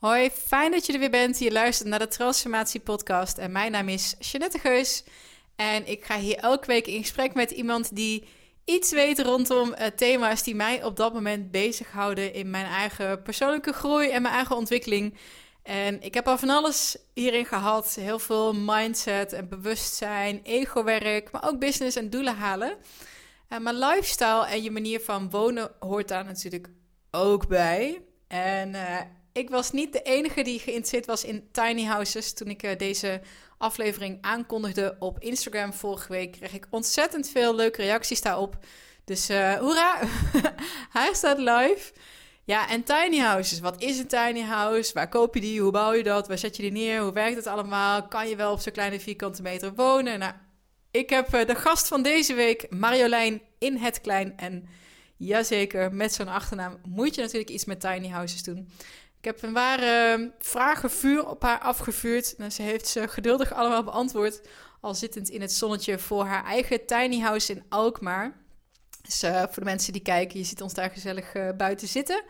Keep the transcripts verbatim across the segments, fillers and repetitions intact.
Hoi, fijn dat je er weer bent. Je luistert naar de Transformatie Podcast en mijn naam is Jeanette Geus. En ik ga hier elke week in gesprek met iemand die iets weet rondom uh, thema's die mij op dat moment bezighouden in mijn eigen persoonlijke groei en mijn eigen ontwikkeling. En ik heb al van alles hierin gehad. Heel veel mindset en bewustzijn, ego-werk, maar ook business en doelen halen. Uh, maar lifestyle en je manier van wonen hoort daar natuurlijk ook bij. En uh, ik was niet de enige die geïnteresseerd was in tiny houses. Toen ik uh, deze aflevering aankondigde op Instagram vorige week, kreeg ik ontzettend veel leuke reacties daarop. Dus uh, hoera, hij staat live. Ja, en tiny houses. Wat is een tiny house? Waar koop je die? Hoe bouw je dat? Waar zet je die neer? Hoe werkt het allemaal? Kan je wel op zo'n kleine vierkante meter wonen? Nou, ik heb uh, de gast van deze week, Marjolein in het Klein. En jazeker, met zo'n achternaam moet je natuurlijk iets met tiny houses doen. Ik heb een ware vragenvuur op haar afgevuurd. En ze heeft ze geduldig allemaal beantwoord. Al zittend in het zonnetje voor haar eigen tiny house in Alkmaar. Dus uh, voor de mensen die kijken, je ziet ons daar gezellig uh, buiten zitten.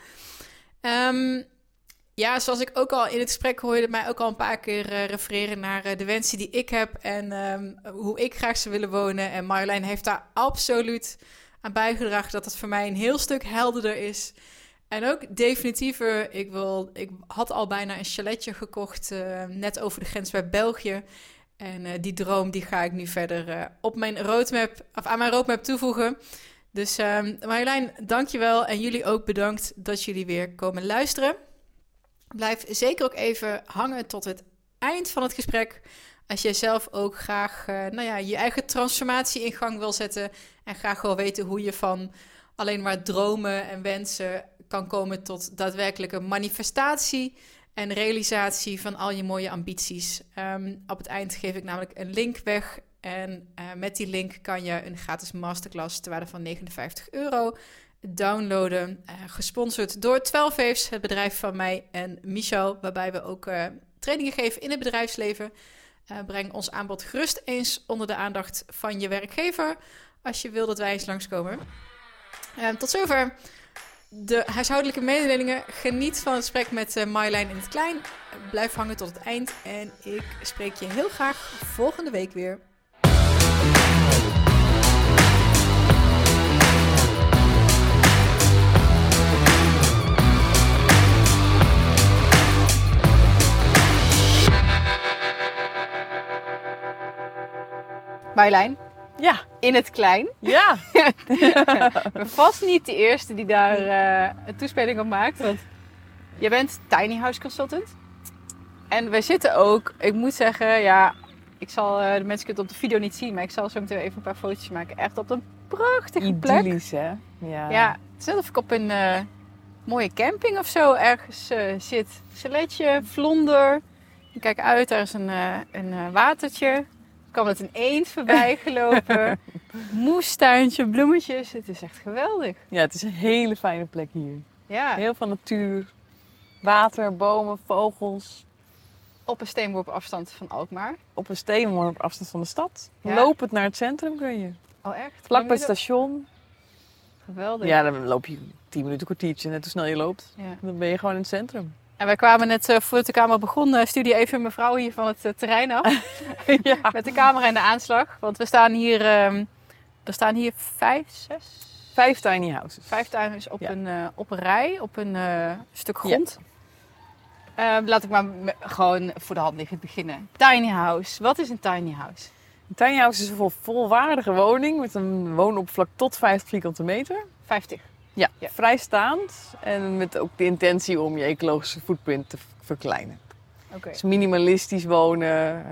Um, ja, zoals ik ook al in het gesprek hoorde, mij ook al een paar keer uh, refereren naar uh, de wensen die ik heb. En um, hoe ik graag zou willen wonen. En Marjolein heeft daar absoluut aan bijgedragen dat het voor mij een heel stuk helderder is. En ook definitiever, ik, wil, ik had al bijna een chaletje gekocht, uh, net over de grens bij België. En uh, die droom die ga ik nu verder uh, op mijn roadmap, of aan mijn roadmap toevoegen. Dus uh, Marjolein, dankjewel en jullie ook bedankt dat jullie weer komen luisteren. Blijf zeker ook even hangen tot het eind van het gesprek. Als jij zelf ook graag uh, nou ja, je eigen transformatie in gang wil zetten en graag wil weten hoe je van alleen maar dromen en wensen kan komen tot daadwerkelijke manifestatie en realisatie van al je mooie ambities. Um, op het eind geef ik namelijk een link weg. En uh, met die link kan je een gratis masterclass ter waarde van negenenvijftig euro downloaden. Uh, gesponsord door twaalf Waves, het bedrijf van mij en Michel, waarbij we ook uh, trainingen geven in het bedrijfsleven. Uh, breng ons aanbod gerust eens onder de aandacht van je werkgever, als je wil dat wij eens langskomen. Uh, tot zover de huishoudelijke mededelingen. Geniet van het gesprek met uh, Marjolein in het Klein. Blijf hangen tot het eind en ik spreek je heel graag volgende week weer. Marjolein. Ja. In het Klein. Ja. Ik ben vast niet de eerste die daar uh, een toespeling op maakt. Want je bent tiny house consultant. En wij zitten ook, ik moet zeggen, ja, ik zal, uh, de mensen kunnen het op de video niet zien, maar ik zal zo meteen even een paar foto's maken. Echt op een prachtige plek. Idyllisch, hè? Ja. Ja, het is net of ik op een uh, mooie camping of zo ergens uh, zit. Chaletje, vlonder. Ik kijk uit, daar is een, uh, een uh, watertje. Er kwam met een eend voorbij gelopen. Moestuintje, bloemetjes. Het is echt geweldig. Ja, het is een hele fijne plek hier. Ja. Heel veel natuur. Water, bomen, vogels. Op een steenworp afstand van Alkmaar. Op een steenworp afstand van de stad. Ja. Lopend naar het centrum kun je. Oh echt? Vlak bij het station. Geweldig. Ja, dan loop je tien minuten, een kwartiertje. Net hoe snel je loopt. Ja. Dan ben je gewoon in het centrum. En wij kwamen net uh, voordat de camera begon, uh, stuurde even mijn vrouw hier van het uh, terrein af. Ja. Met de camera in de aanslag. Want we staan hier, um, er staan hier vijf, zes... Vijf tiny houses. Vijf tuinen op, Ja. een, uh, op een rij, op een uh, stuk grond. Ja. Uh, laat ik maar me, gewoon voor de hand liggend beginnen. Tiny house. Wat is een tiny house? Een tiny house is een vol, volwaardige woning met een woonoppervlak tot vijftig vierkante meter. vijftig. Ja, Ja. vrijstaand en met ook de intentie om je ecologische footprint te verkleinen. Oké. Okay. Dus minimalistisch wonen,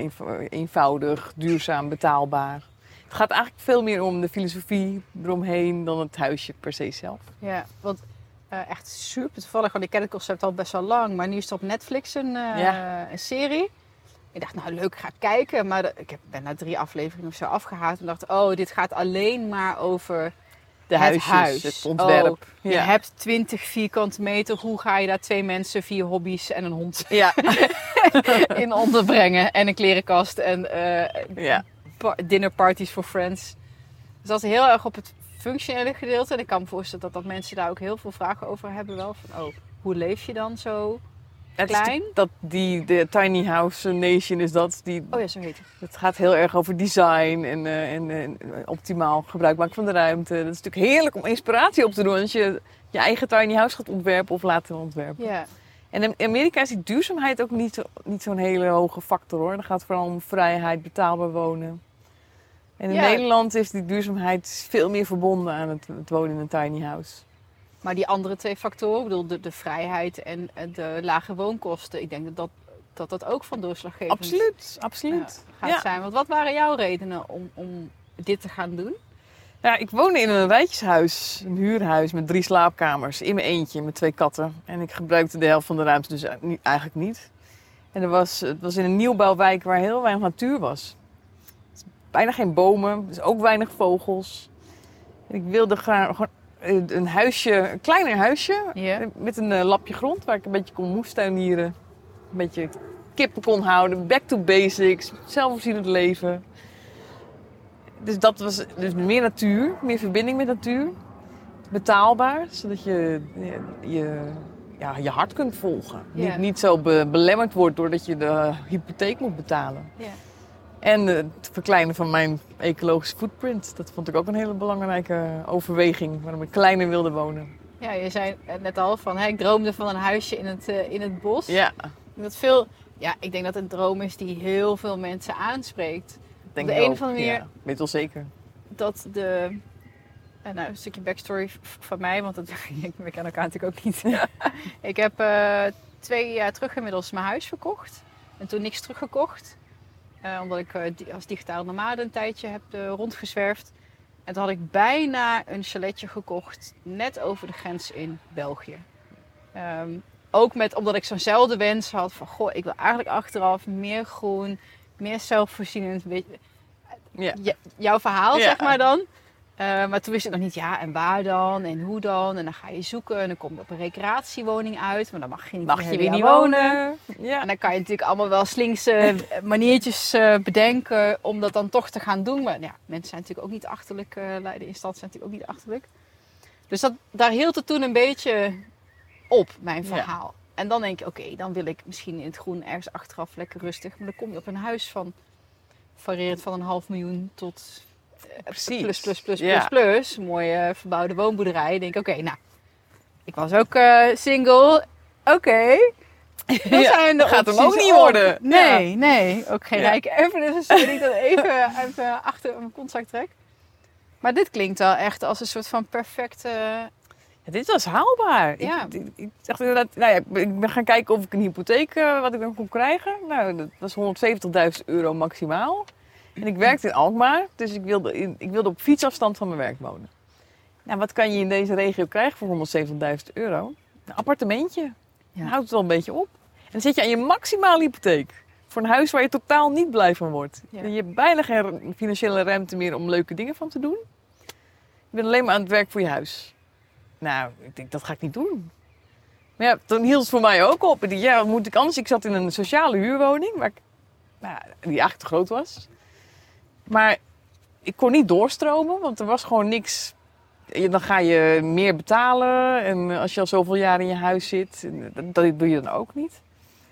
eenvoudig, duurzaam, betaalbaar. Het gaat eigenlijk veel meer om de filosofie eromheen dan het huisje per se zelf. Ja, want uh, echt super toevallig, want ik ken het concept al best wel lang. Maar nu is er op Netflix een, uh, Ja. een serie. Ik dacht, nou leuk, ga ik kijken. Maar de, ik heb, ben na drie afleveringen of zo afgehaald. En dacht, oh, dit gaat alleen maar over De het huisjes, huis. het ontwerp. Oh, je ja. hebt twintig vierkante meter. Hoe ga je daar twee mensen, vier hobby's en een hond Ja. in onderbrengen? En een klerenkast en uh, Ja. pa- dinnerparties voor friends. Dus dat is heel erg op het functionele gedeelte. En ik kan me voorstellen dat, dat mensen daar ook heel veel vragen over hebben. Wel van, oh, hoe leef je dan zo Het is klein. dat die, de Tiny House Nation is dat. Die, Oh ja, zo heet het. het gaat heel erg over design en, uh, en, en optimaal gebruik maken van de ruimte. Dat is natuurlijk heerlijk om inspiratie op te doen als je je eigen tiny house gaat ontwerpen of laten ontwerpen. Ja. En in Amerika is die duurzaamheid ook niet, zo, niet zo'n hele hoge factor hoor. Dan gaat het vooral om vrijheid, betaalbaar wonen. En in Ja. Nederland is die duurzaamheid veel meer verbonden aan het, het wonen in een tiny house. Maar die andere twee factoren, ik bedoel de, de vrijheid en de lage woonkosten, ik denk dat dat, dat, dat ook van doorslaggevend Absoluut, absoluut. uh, gaat Ja. zijn. Want wat waren jouw redenen om, om dit te gaan doen? Ja, ik woonde in een rijtjeshuis, een huurhuis met drie slaapkamers, in mijn eentje met twee katten. En ik gebruikte de helft van de ruimte dus eigenlijk niet. En er was, het was in een nieuwbouwwijk waar heel weinig natuur was. Bijna geen bomen, dus ook weinig vogels. En ik wilde graag gewoon een huisje, een kleiner huisje, Ja. met een uh, lapje grond waar ik een beetje kon moestuinieren. Een beetje kippen kon houden, back to basics, zelfvoorzienend leven. Dus dat was dus meer natuur, meer verbinding met natuur. Betaalbaar, zodat je je, je, ja, je hart kunt volgen. Ja. Niet, niet zo be, belemmerd wordt doordat je de hypotheek moet betalen. Ja. En het verkleinen van mijn ecologische footprint. Dat vond ik ook een hele belangrijke overweging waarom ik kleiner wilde wonen. Ja, je zei net al van, hè, ik droomde van een huisje in het, uh, in het bos. Ja. Dat veel, ja, ik denk dat het een droom is die heel veel mensen aanspreekt. Denk Op de ik een ook. of andere manier Ja, weet wel zeker. dat de... Uh, nou, een stukje backstory v- van mij, want dat, we kennen elkaar natuurlijk ook niet. Ik heb uh, twee jaar terug inmiddels mijn huis verkocht. En toen niks teruggekocht. Uh, omdat ik uh, di- als digitaal nomade een tijdje heb uh, rondgezwerfd. En toen had ik bijna een chaletje gekocht, net over de grens in België. Um, ook met, omdat ik zo'nzelfde wens had van, goh, ik wil eigenlijk achteraf meer groen, meer zelfvoorzienend. Weet je, Ja. j- jouw verhaal, Ja. zeg maar dan. Uh, maar toen wist ik nog niet, ja, en waar dan, en hoe dan. En dan ga je zoeken en dan kom je op een recreatiewoning uit. Maar dan mag je niet, Mag het je hele weer niet jaar wonen? Ja. En dan kan je natuurlijk allemaal wel slinkse maniertjes uh, bedenken om dat dan toch te gaan doen. Maar ja, mensen zijn natuurlijk ook niet achterlijk. Uh, de instanties zijn natuurlijk ook niet achterlijk. Dus dat, daar hield het toen een beetje op, mijn verhaal. Ja. En dan denk je, oké, okay, dan wil ik misschien in het groen ergens achteraf lekker rustig. Maar dan kom je op een huis van, variërend van een half miljoen tot uh, Precies. plus, plus, plus, Ja. plus, plus. Een mooie uh, verbouwde woonboerderij. Dan denk ik, oké, okay, nou, ik was ook uh, single. Oké. Okay. Dat ja, zijn de gaat hem opties ook niet op. worden. Nee, Ja. nee. Ook geen Ja. rijke erfenis. Dus ik dat even, even achter mijn kontzak trek. Maar dit klinkt wel echt als een soort van perfecte... Ja, dit was haalbaar. Ja. Ik, ik, ik dacht inderdaad, nou ja, ik ben gaan kijken of ik een hypotheek, uh, wat ik dan kon krijgen. Nou, dat was honderdzeventigduizend euro maximaal. En ik werkte in Alkmaar, dus ik wilde, in, ik wilde op fietsafstand van mijn werk wonen. Nou, wat kan je in deze regio krijgen voor honderdzeventigduizend euro? Een appartementje. Ja. Dan houdt het wel een beetje op. En dan zit je aan je maximale hypotheek. Voor een huis waar je totaal niet blij van wordt. Ja. Je hebt bijna geen financiële ruimte meer om leuke dingen van te doen. Je bent alleen maar aan het werk voor je huis. Nou, ik denk, dat ga ik niet doen. Maar ja, toen hield het voor mij ook op. Ik dacht, ja, wat moet ik anders? Ik zat in een sociale huurwoning, waar ik, nou, die eigenlijk te groot was. Maar ik kon niet doorstromen, want er was gewoon niks. Dan ga je meer betalen. En als je al zoveel jaar in je huis zit, dat doe je dan ook niet.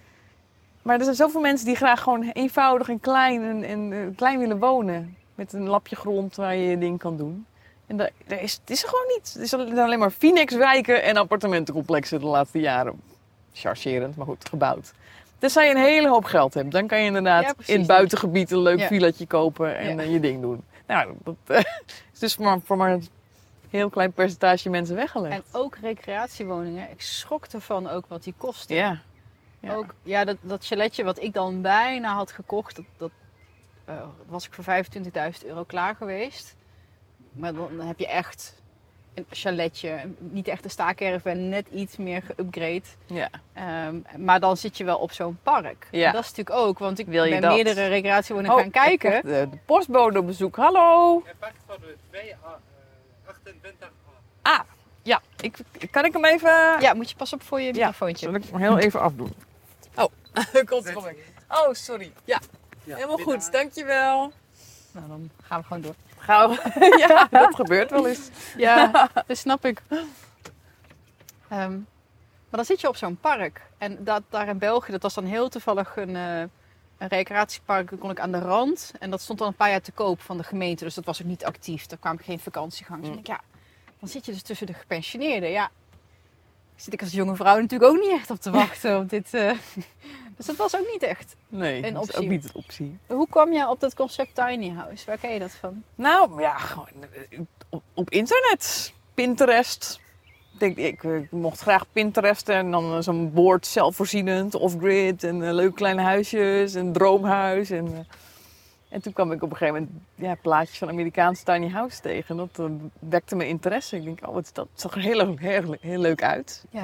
Maar er zijn zoveel mensen die graag gewoon eenvoudig en klein, en, en klein willen wonen. Met een lapje grond waar je je ding kan doen. En daar, daar is, het is er gewoon niet. Er zijn alleen maar Phoenix-wijken en appartementencomplexen de laatste jaren. Chargerend, maar goed, gebouwd. Dus als je een hele hoop geld hebt, dan kan je inderdaad Ja, in het buitengebied een leuk ja. villaatje kopen en Ja. uh, je ding doen. Nou, dat uh, is dus maar, voor maar een heel klein percentage mensen weggelegd. En ook recreatiewoningen. Ik schrok ervan ook wat die kosten. Ja. Ja. Ook, ja, dat, dat chaletje wat ik dan bijna had gekocht, dat, dat uh, was ik voor vijfentwintigduizend euro klaar geweest. Maar dan heb je echt een chaletje, niet echt een staakerven, net iets meer geupgrade. Ja. Um, maar dan zit je wel op zo'n park. Ja. En dat is natuurlijk ook, want ik Wil je ben dat? meerdere recreatiewoningen Oh, gaan kijken. ik heb De, de postbode op bezoek. Hallo. Hij pakt voor de twee, achtentwintig. Ah, ja. Ik, kan ik hem even... Ja, moet je pas op voor je Ja, microfoontje. zal ik hem heel even afdoen. Oh, komt er gewoon. Oh, sorry. Ja, Ja, helemaal binnen- goed. Dankjewel. Nou, dan gaan we gewoon door. Gauw. Ja, dat gebeurt wel eens. Ja, dat snap ik. Um, dan zit je op zo'n park. En dat, daar in België, dat was dan heel toevallig een, uh, een recreatiepark. Dat kon ik aan de rand. En dat stond al een paar jaar te koop van de gemeente. Dus dat was ook niet actief. Daar kwamen geen vakantiegangers. Mm. En ik, ja, dan zit je dus tussen de gepensioneerden. Ja, zit ik als jonge vrouw natuurlijk ook niet echt op te wachten op dit. Uh... Dus dat was ook niet echt nee, een dat optie. is ook niet een optie. Hoe kwam je op dat concept tiny house? Waar ken je dat van? Nou, ja, gewoon op, op internet. Pinterest. Ik, denk, ik, ik mocht graag Pinteresten en dan zo'n bord zelfvoorzienend, off-grid en uh, leuke kleine huisjes en droomhuis. En, uh, en toen kwam ik op een gegeven moment ja, plaatjes van Amerikaanse tiny house tegen. Dat uh, wekte mijn interesse. Ik denk, oh, wat, dat zag er heel, heel, heel leuk uit. Ja.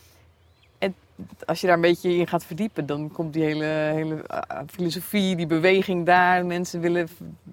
En als je daar een beetje in gaat verdiepen, dan komt die hele, hele uh, filosofie, die beweging daar. Mensen willen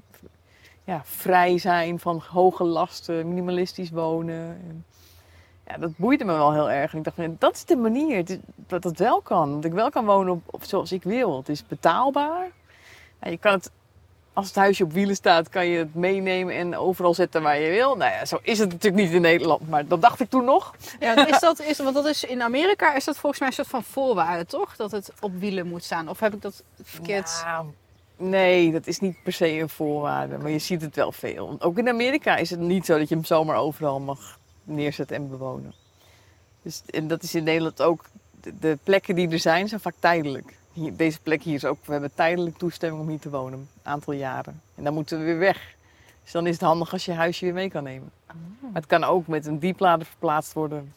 ja, vrij zijn van hoge lasten, minimalistisch wonen. En, ja, dat boeide me wel heel erg. En ik dacht, dat is de manier dat het wel kan. Dat ik wel kan wonen op, op zoals ik wil. Het is betaalbaar. Ja, je kan het, als het huisje op wielen staat, kan je het meenemen en overal zetten waar je wil. Nou ja, zo is het natuurlijk niet in Nederland. Maar dat dacht ik toen nog. Ja, is dat, is, want dat is in Amerika is dat volgens mij een soort van voorwaarde, toch? Dat het op wielen moet staan. Of heb ik dat verkeerd? Nou, nee, dat is niet per se een voorwaarde. Maar je ziet het wel veel. Ook in Amerika is het niet zo dat je hem zomaar overal mag neerzetten en bewonen. Dus, en dat is in Nederland ook. De, de plekken die er zijn, zijn vaak tijdelijk. Hier, deze plek hier is ook, we hebben tijdelijk toestemming om hier te wonen. Een aantal jaren. En dan moeten we weer weg. Dus dan is het handig als je huisje weer mee kan nemen. Oh. Maar het kan ook met een dieplader verplaatst worden.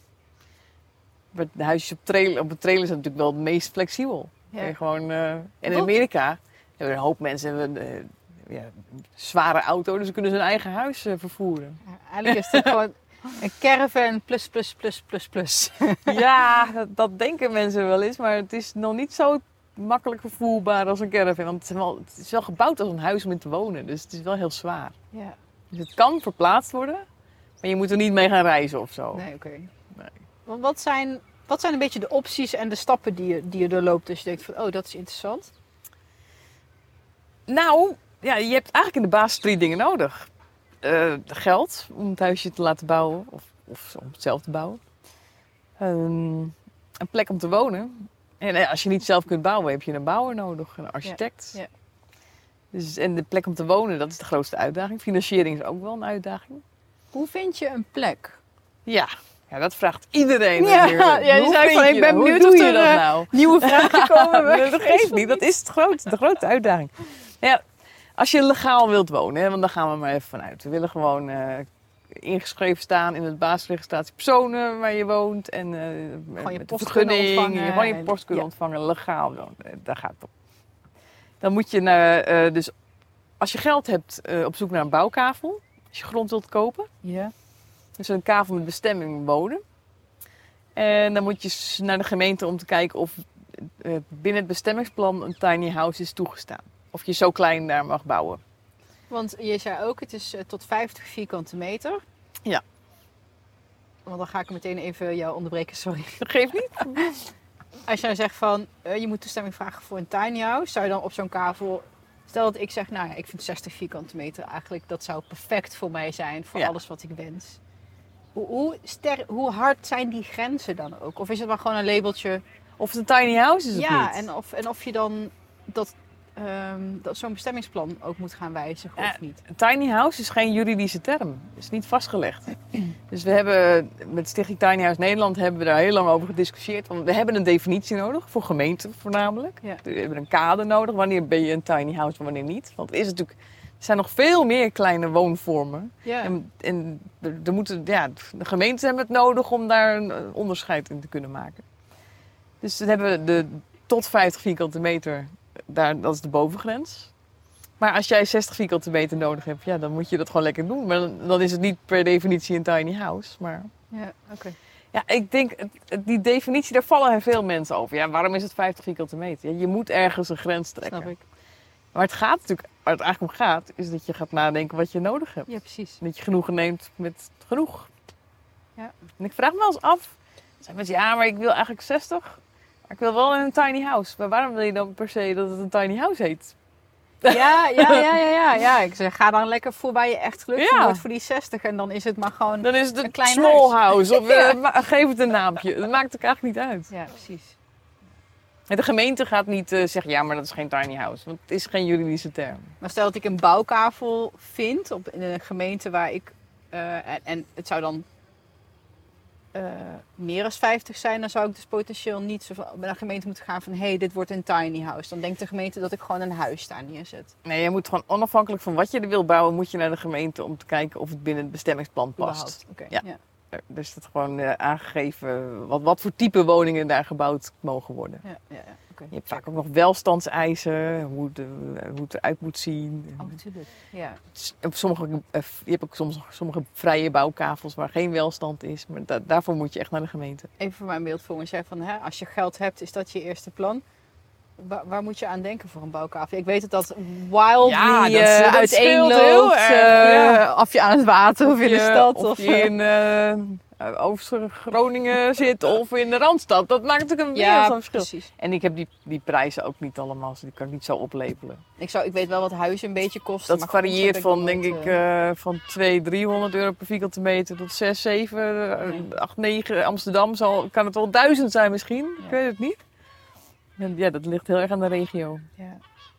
Maar de huisjes op, trailer, op een trailer zijn natuurlijk wel het meest flexibel. Ja. Je gewoon, uh, en in Amerika hebben een hoop mensen hebben, uh, ja, een zware auto, dus ze kunnen hun eigen huis uh, vervoeren. Ja, eigenlijk is het gewoon een caravan plus plus plus plus plus. Ja, dat, dat denken mensen wel eens, maar het is nog niet zo makkelijk vervoerbaar als een caravan. Want het is, wel, het is wel gebouwd als een huis om in te wonen, dus het is wel heel zwaar. Ja. Dus het kan verplaatst worden, maar je moet er niet mee gaan reizen of zo. Nee, oké. Okay. Nee. Want wat zijn, wat zijn een beetje de opties en de stappen die je, die je doorloopt als je denkt van, oh, dat is interessant? Nou, ja, je hebt eigenlijk in de basis drie dingen nodig. Uh, geld om het huisje te laten bouwen of, of om het zelf te bouwen. Um, een plek om te wonen. En uh, als je niet zelf kunt bouwen, heb je een bouwer nodig, een architect. Ja, ja. Dus, en de plek om te wonen, dat is de grootste uitdaging. Financiering is ook wel een uitdaging. Hoe vind je een plek? Ja, ja dat vraagt iedereen. Ja, ja, je zei van, ik ben benieuwd of er nou? nieuwe vragen komen. Dat geeft niet, dat is het grootste, de grote uitdaging. Ja, als je legaal wilt wonen, hè, want daar gaan we maar even vanuit. We willen gewoon uh, ingeschreven staan in het basisregistratie personen waar je woont. En uh, gewoon je met post vergunning, kunnen ontvangen. Je gewoon je post kunnen ja. ontvangen, legaal wonen. Daar gaat het om. Dan moet je, naar, uh, dus als je geld hebt, uh, op zoek naar een bouwkavel. Als je grond wilt kopen. Ja. Dus een kavel met bestemming wonen. En dan moet je naar de gemeente om te kijken of uh, binnen het bestemmingsplan een tiny house is toegestaan. Of je zo klein daar mag bouwen. Want je zei ook, het is uh, tot vijftig vierkante meter. Ja. Want dan ga ik meteen even jou onderbreken, sorry. Dat geeft niet. Als je nou zegt van, uh, je moet toestemming vragen voor een tiny house, zou je dan op zo'n kavel... Stel dat ik zeg, nou ja, ik vind zestig vierkante meter eigenlijk, dat zou perfect voor mij zijn, voor ja. alles wat ik wens. Hoe, hoe, ster, hoe hard zijn die grenzen dan ook? Of is het maar gewoon een labeltje? Of het een tiny house is of ja, niet? Ja, en of, en of je dan dat... Um, dat zo'n bestemmingsplan ook moet gaan wijzigen ja, of niet? Tiny house is geen juridische term. Het is niet vastgelegd. Dus we hebben met Stichting Tiny House Nederland hebben we daar heel lang over gediscussieerd. Want we hebben een definitie nodig, voor gemeenten voornamelijk. Ja. We hebben een kader nodig. Wanneer ben je een tiny house en wanneer niet? Want er, is natuurlijk, er zijn nog veel meer kleine woonvormen. Ja. En, en er moeten, ja, de gemeenten hebben het nodig om daar een onderscheid in te kunnen maken. Dus dan hebben we de tot vijftig vierkante meter... Daar, dat is de bovengrens. Maar als jij zestig vierkante meter nodig hebt, ja, dan moet je dat gewoon lekker doen. Maar dan, dan is het niet per definitie een tiny house. Maar ja, oké. Okay. Ja, ik denk, die definitie, daar vallen veel mensen over. Ja, waarom is het vijftig vierkante meter? Ja, je moet ergens een grens trekken. Snap ik. Maar het gaat natuurlijk, waar het eigenlijk om gaat, is dat je gaat nadenken wat je nodig hebt. Ja, precies. En dat je genoegen neemt met genoeg. Ja. En ik vraag me wel eens af, zijn mensen, ja, maar ik wil eigenlijk zestig. Maar ik wil wel in een tiny house. Maar waarom wil je dan per se dat het een tiny house heet? Ja, ja, ja, ja, ja, ja. Ik zeg, ga dan lekker voor waar je echt gelukkig Ja. wordt voor die zestig. En dan is het maar gewoon Dan is het een een klein small huis. house. Of Ja. eh, ma- geef het een naampje. Dat maakt ook eigenlijk niet uit. Ja, precies. En de gemeente gaat niet eh, zeggen, ja, maar dat is geen tiny house. Want het is geen juridische term. Maar stel dat ik een bouwkavel vind op, in een gemeente waar ik... eh, en, en het zou dan eh, meer dan vijftig zijn, dan zou ik dus potentieel niet zo van, bij een gemeente moeten gaan van... hé, hey, dit wordt een tiny house. Dan denkt de gemeente dat ik gewoon een huis daar neerzet. Nee, je moet gewoon onafhankelijk van wat je er wil bouwen, moet je naar de gemeente om te kijken of het binnen het bestemmingsplan past. Überhaupt. Oké, Ja. ja. Dus dat gewoon eh, aangegeven wat, wat voor type woningen daar gebouwd mogen worden. Ja, ja, ja. Oké. Je hebt vaak ook nog welstandseisen, hoe het, eh, hoe het eruit moet zien. Oh, natuurlijk. Ja. Op sommige, eh, je hebt ook soms sommige vrije bouwkavels waar geen welstand is. Maar da- daarvoor moet je echt naar de gemeente. Even voor mijn beeldvorming. Jij van, hè, als je geld hebt, is dat je eerste plan? Waar, waar moet je aan denken voor een bouwkavel? Ik weet dat dat wildly Ja, dat- eh, dat scheelt uiteenloopt. heel erg, eh, ja. Of je aan het water of in de stad. Of, Of, je in uh, Oost-Groningen zit of in de Randstad. Dat maakt natuurlijk een wereld ja, van verschil. precies. En ik heb die, die prijzen ook niet allemaal, dus die kan ik niet zo oplepelen. Ik, zou, ik weet wel wat huizen een beetje kosten. Dat maar grond varieert heb ik van, nog denk nooit, ik, eh, uh, van tweehonderd, driehonderd euro per vierkante meter tot zes, zeven, Nee. acht, negen. Amsterdam zal, kan het wel duizend zijn misschien, Ja. ik weet het niet. En ja, dat ligt heel erg aan de regio. Ja.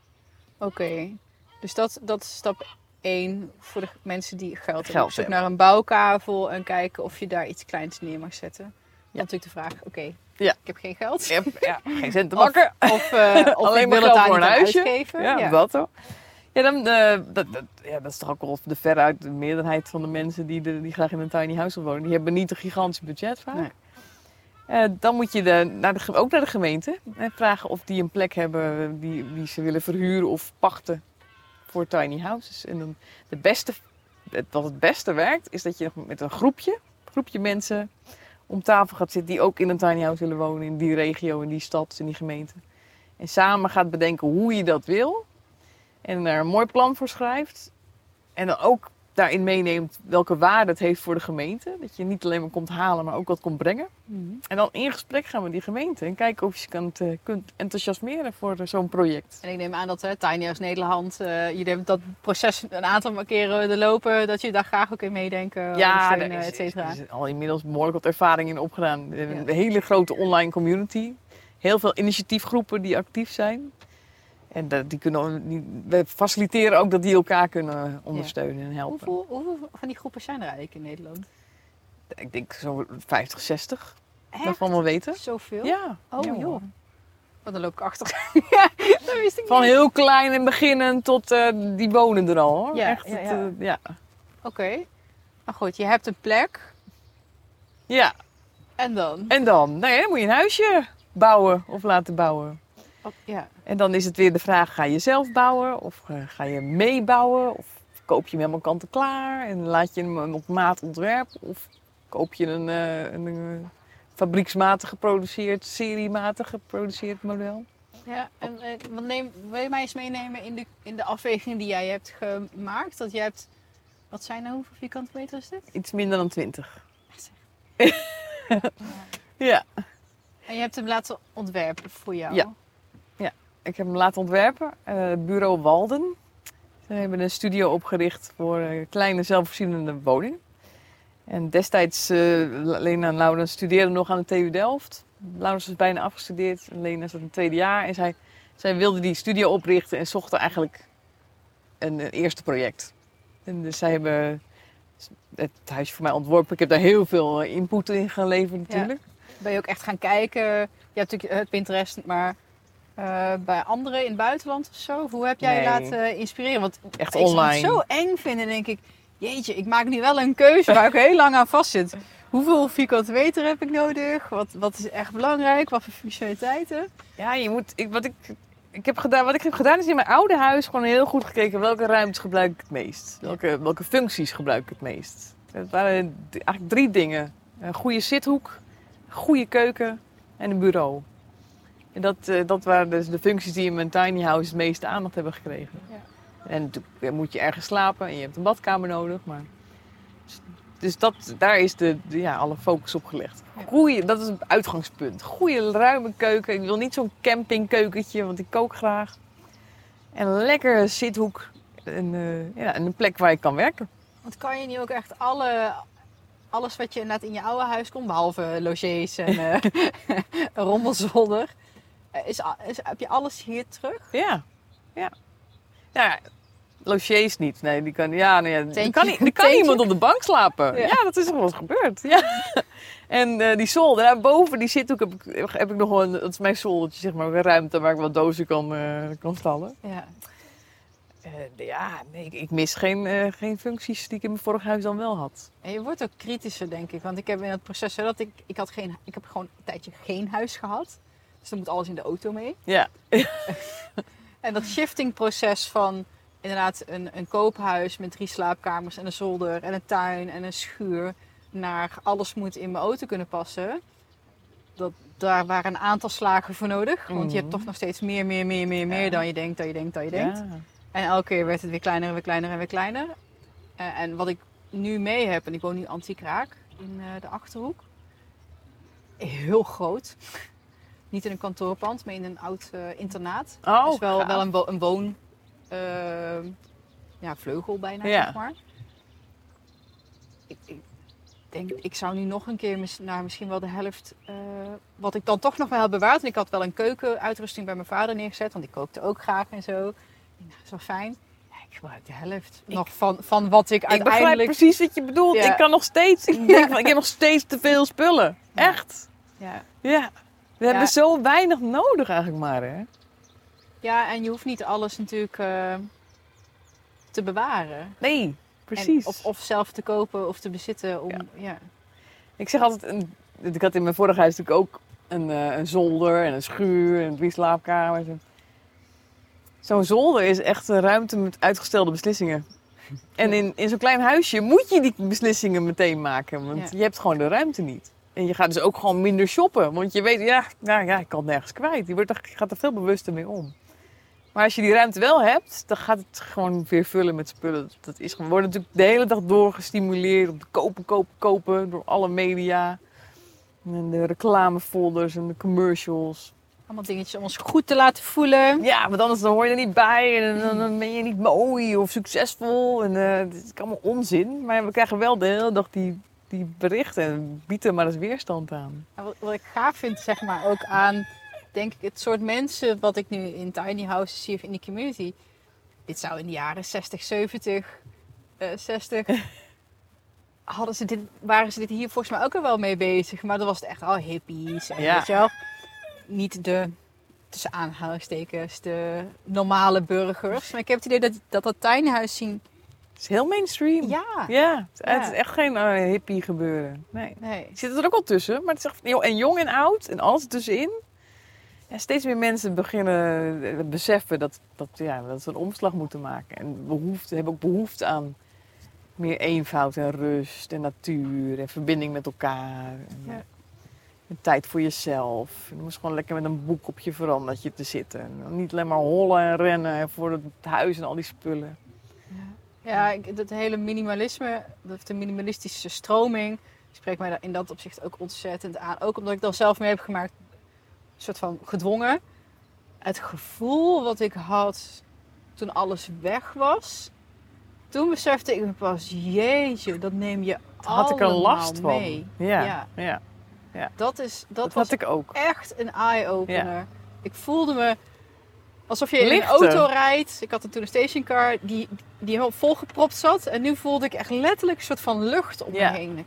Oké. Dus dat, dat is stap één voor de mensen die geld hebben. Geld Op zoek hebben. naar een bouwkavel en kijken of je daar iets kleins neer mag zetten. Dan natuurlijk de vraag, oké, Ja. ik heb geen geld. Ja, ja, geen cent te Of, bakken. of, eh, of Alleen ik maar wil geld het daar voor niet een aan huisje. uitgeven. Ja, Ja. dat toch? Ja, dan, eh, dat, dat, ja, dat is toch ook wel de veruit de meerderheid van de mensen die, de, die graag in een tiny house willen wonen. Die hebben niet een gigantisch budget vaak. Nee. Eh, dan moet je de, naar de, ge- ook naar de gemeente en vragen of die een plek hebben die, die ze willen verhuren of pachten voor tiny houses. En dan de beste, het, wat het beste werkt, is dat je met een groepje, groepje mensen om tafel gaat zitten die ook in een tiny house willen wonen, in die regio, in die stad, in die gemeente. En samen gaat bedenken hoe je dat wil. En er een mooi plan voor schrijft. En dan ook daarin meeneemt welke waarde het heeft voor de gemeente. Dat je niet alleen maar komt halen, maar ook wat komt brengen. Mhm. En dan in gesprek gaan met die gemeente. En kijken of je ze kunt, eh, kunt enthousiasmeren voor eh, zo'n project. En ik neem aan dat hè, Tiny House Nederland, uh, jullie hebben dat proces een aantal keren de lopen, dat je daar graag ook in meedenken, Ja, ondersteunen, daar et is, cetera. is al inmiddels behoorlijk wat ervaring in opgedaan. We hebben Ja. Een hele grote online community. Heel veel initiatiefgroepen die actief zijn. En dat, die kunnen, die, we faciliteren ook dat die elkaar kunnen ondersteunen en helpen. Hoeveel, hoeveel van die groepen zijn er eigenlijk in Nederland? Ik denk zo vijftig, zestig. Echt? Daarvan wel weten. Zoveel? Ja. Oh ja, joh. hoor. Oh, dan loop ik achter. Ja, dat wist ik Van niet. heel klein en beginnen tot uh, die wonen er al hoor. Ja, Echt, ja, het, ja. uh, ja. Oké. Maar goed, je hebt een plek. Ja. En dan? En dan? Nou ja, dan moet je een huisje bouwen of laten bouwen. Oh, ja. En dan is het weer de vraag, ga je zelf bouwen of uh, ga je meebouwen? Of koop je hem helemaal kant-en-klaar en laat je hem op maat ontwerpen? Of koop je een, uh, een, een fabrieksmatig geproduceerd, seriematig geproduceerd model? Ja, en eh, wat neem, wil je mij eens meenemen in de, in de afweging die jij hebt gemaakt? Dat je hebt, wat zijn nou, hoeveel vierkante meter is dit? Iets minder dan twintig. Ja. Ja. En je hebt hem laten ontwerpen voor jou? Ja. Ik heb hem laten ontwerpen, uh, bureau Walden. We hebben een studio opgericht voor uh, kleine zelfvoorzienende woningen. En destijds, uh, Lena en Laura studeerden nog aan de T U Delft. Laura was bijna afgestudeerd en Lena zat in het tweede jaar. En zij, zij wilde die studio oprichten en zochten eigenlijk een, een eerste project. En dus zij hebben het huisje voor mij ontworpen. Ik heb daar heel veel input in geleverd natuurlijk. Ja. Ben je ook echt gaan kijken? Je hebt natuurlijk het Pinterest, maar uh, bij anderen in het buitenland of zo? Of hoe heb jij je Nee. laten inspireren? Want Echt ik zou online. het zo eng vinden, denk ik. Jeetje, ik maak nu wel een keuze waar ik heel lang aan vastzit. Hoeveel vierkante meter heb ik nodig? Wat, wat is echt belangrijk? Wat voor functionaliteiten? Ja, je moet. Ik, wat, ik, ik heb gedaan, wat ik heb gedaan is in mijn oude huis gewoon heel goed gekeken welke ruimtes gebruik ik het meest. Welke, welke functies gebruik ik het meest. Het waren d- eigenlijk drie dingen: een goede zithoek, een goede keuken en een bureau. En dat, uh, dat waren dus de functies die in mijn tiny house het meeste aandacht hebben gekregen. Ja. En natuurlijk moet je ergens slapen en je hebt een badkamer nodig. Maar... Dus dat, daar is de, de, ja, alle focus op gelegd. Ja. Goeie, dat is het uitgangspunt. Goede ruime keuken. Ik wil niet zo'n campingkeukentje, want ik kook graag. En een lekkere zithoek. En, uh, ja, en een plek waar je kan werken. Want kan je niet ook echt alle, alles wat je inderdaad in je oude huis komt, behalve logies en uh, een rommelzolder, is, is, heb je alles hier terug? Ja, ja. Ja, logies niet. Nee, die kan, ja, nee, Teentje, die kan, die kan iemand op de bank slapen. Ja, ja dat is er wel eens gebeurd. Ja. En uh, die zolder, daarboven die zithoek heb ik, heb ik nog wel een, dat is mijn zoldertje, zeg maar, een ruimte waar ik wat dozen kan, uh, kan stallen. Ja. Uh, ja, nee, ik, ik mis geen, uh, geen functies die ik in mijn vorig huis dan wel had. En je wordt ook kritischer, denk ik. Want ik heb in het proces dat ik, ik had geen, ik heb gewoon een tijdje geen huis gehad. Dus dan moet alles in de auto mee. Ja. En dat shiftingproces van inderdaad een, een koophuis met drie slaapkamers en een zolder en een tuin en een schuur naar alles moet in mijn auto kunnen passen. Dat, daar waren een aantal slagen voor nodig. Want je hebt toch nog steeds meer, meer, meer, meer, meer ja. dan je denkt, dan je denkt, dan je denkt. Ja. En elke keer werd het weer kleiner en weer kleiner en weer kleiner. Uh, en wat ik nu mee heb, en ik woon nu Antiek Raak in uh, de Achterhoek. Heel groot. Niet in een kantoorpand, maar in een oud uh, internaat. Oh, dus wel, wel een, wo- een woon... Uh, ja, vleugel bijna, ja. zeg maar. Ik, ik denk, ik zou nu nog een keer mis, nou, misschien wel de helft... Uh, wat ik dan toch nog wel heb bewaard. En ik had wel een keukenuitrusting bij mijn vader neergezet. Want die kookte ook graag en zo. Nou, dat is wel fijn. Ja, ik gebruik de helft ik, nog van, van wat ik uiteindelijk... Ik begrijp precies wat je bedoelt. Ja. Ik kan nog steeds... Ik denk van, ik heb nog steeds te veel spullen. Ja. Echt. Ja. Ja. We ja. hebben zo weinig nodig eigenlijk maar, hè. Ja, en je hoeft niet alles natuurlijk uh, te bewaren. Nee, precies. En of, of zelf te kopen of te bezitten. Om, ja. Ja. Ik zeg altijd... Een, ik had in mijn vorige huis natuurlijk ook een, uh, een zolder en een schuur en drie slaapkamers. Zo'n zolder is echt een ruimte met uitgestelde beslissingen. En in, in zo'n klein huisje moet je die beslissingen meteen maken. Want ja. je hebt gewoon de ruimte niet. En je gaat dus ook gewoon minder shoppen. Want je weet, ja, nou, ja ik kan het nergens kwijt. Je, wordt er, je gaat er veel bewuster mee om. Maar als je die ruimte wel hebt, dan gaat het gewoon weer vullen met spullen. Dat is gewoon, we worden natuurlijk de hele dag door gestimuleerd om te kopen, kopen, kopen. Door alle media. En de reclamefolders en de commercials. Allemaal dingetjes om ons goed te laten voelen. Ja, want anders dan hoor je er niet bij. En dan, dan ben je niet mooi of succesvol. En uh, het is allemaal onzin. Maar we krijgen wel de hele dag die, die berichten. En bieden maar eens weerstand aan. Wat, wat ik gaaf vind, zeg maar, ook aan... denk ik, het soort mensen wat ik nu in tiny houses zie of in die community. Dit zou in de jaren zestig, zeventig, uh, zestig... hadden ze dit, waren ze dit hier volgens mij ook al wel mee bezig. Maar dan was het echt al hippies. En ja. weet je wel, niet de, tussen aanhalingstekens, de normale burgers. Maar ik heb het idee dat dat, dat tiny house zien... Het is heel mainstream. Ja. Ja, het, ja. het is echt geen uh, hippie gebeuren. Nee. nee. Ik zit er ook al tussen. Maar het is echt, en jong en oud en alles ertussenin. Ja, steeds meer mensen beginnen beseffen dat, dat, ja, dat ze een omslag moeten maken. En behoefte, hebben ook behoefte aan meer eenvoud en rust en natuur en verbinding met elkaar. En, ja. en tijd voor jezelf. Je moest gewoon lekker met een boek op je verandertje te zitten. En niet alleen maar hollen en rennen voor het huis en al die spullen. Ja, ja ik, dat hele minimalisme, dat de minimalistische stroming, spreekt mij in dat opzicht ook ontzettend aan. Ook omdat ik dat zelf mee heb gemaakt. Een soort van gedwongen. Het gevoel wat ik had toen alles weg was. Toen besefte ik me pas, jeetje, dat neem je allemaal had ik er last mee. Van. Ja, ja. ja, ja. Dat, is, dat, dat was had ik ook. Echt een eye-opener. Ja. Ik voelde me alsof je Lichter. in een auto rijdt. Ik had toen een stationcar die, die helemaal volgepropt zat. En nu voelde ik echt letterlijk een soort van lucht om ja. me heen.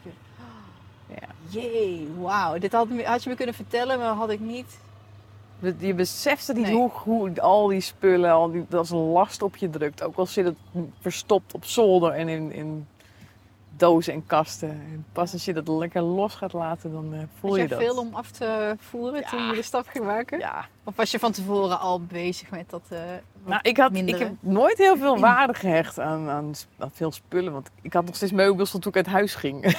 Ja. Jee, wauw. Dit had, had je me kunnen vertellen, maar had ik niet... Je beseft niet nee. hoe, hoe al die spullen, al die, dat is een last op je drukt. Ook al zit het verstopt op zolder en in, in dozen en kasten. En pas als je dat lekker los gaat laten, dan uh, voel Had je jij dat. veel om af te voeren ja. toen je de stap ging maken? Ja. Of was je van tevoren al bezig met dat uh, nou, ik, had, ik heb nooit heel veel waarde gehecht aan, aan, aan veel spullen. Want ik had nog steeds meubels van toen ik uit huis ging.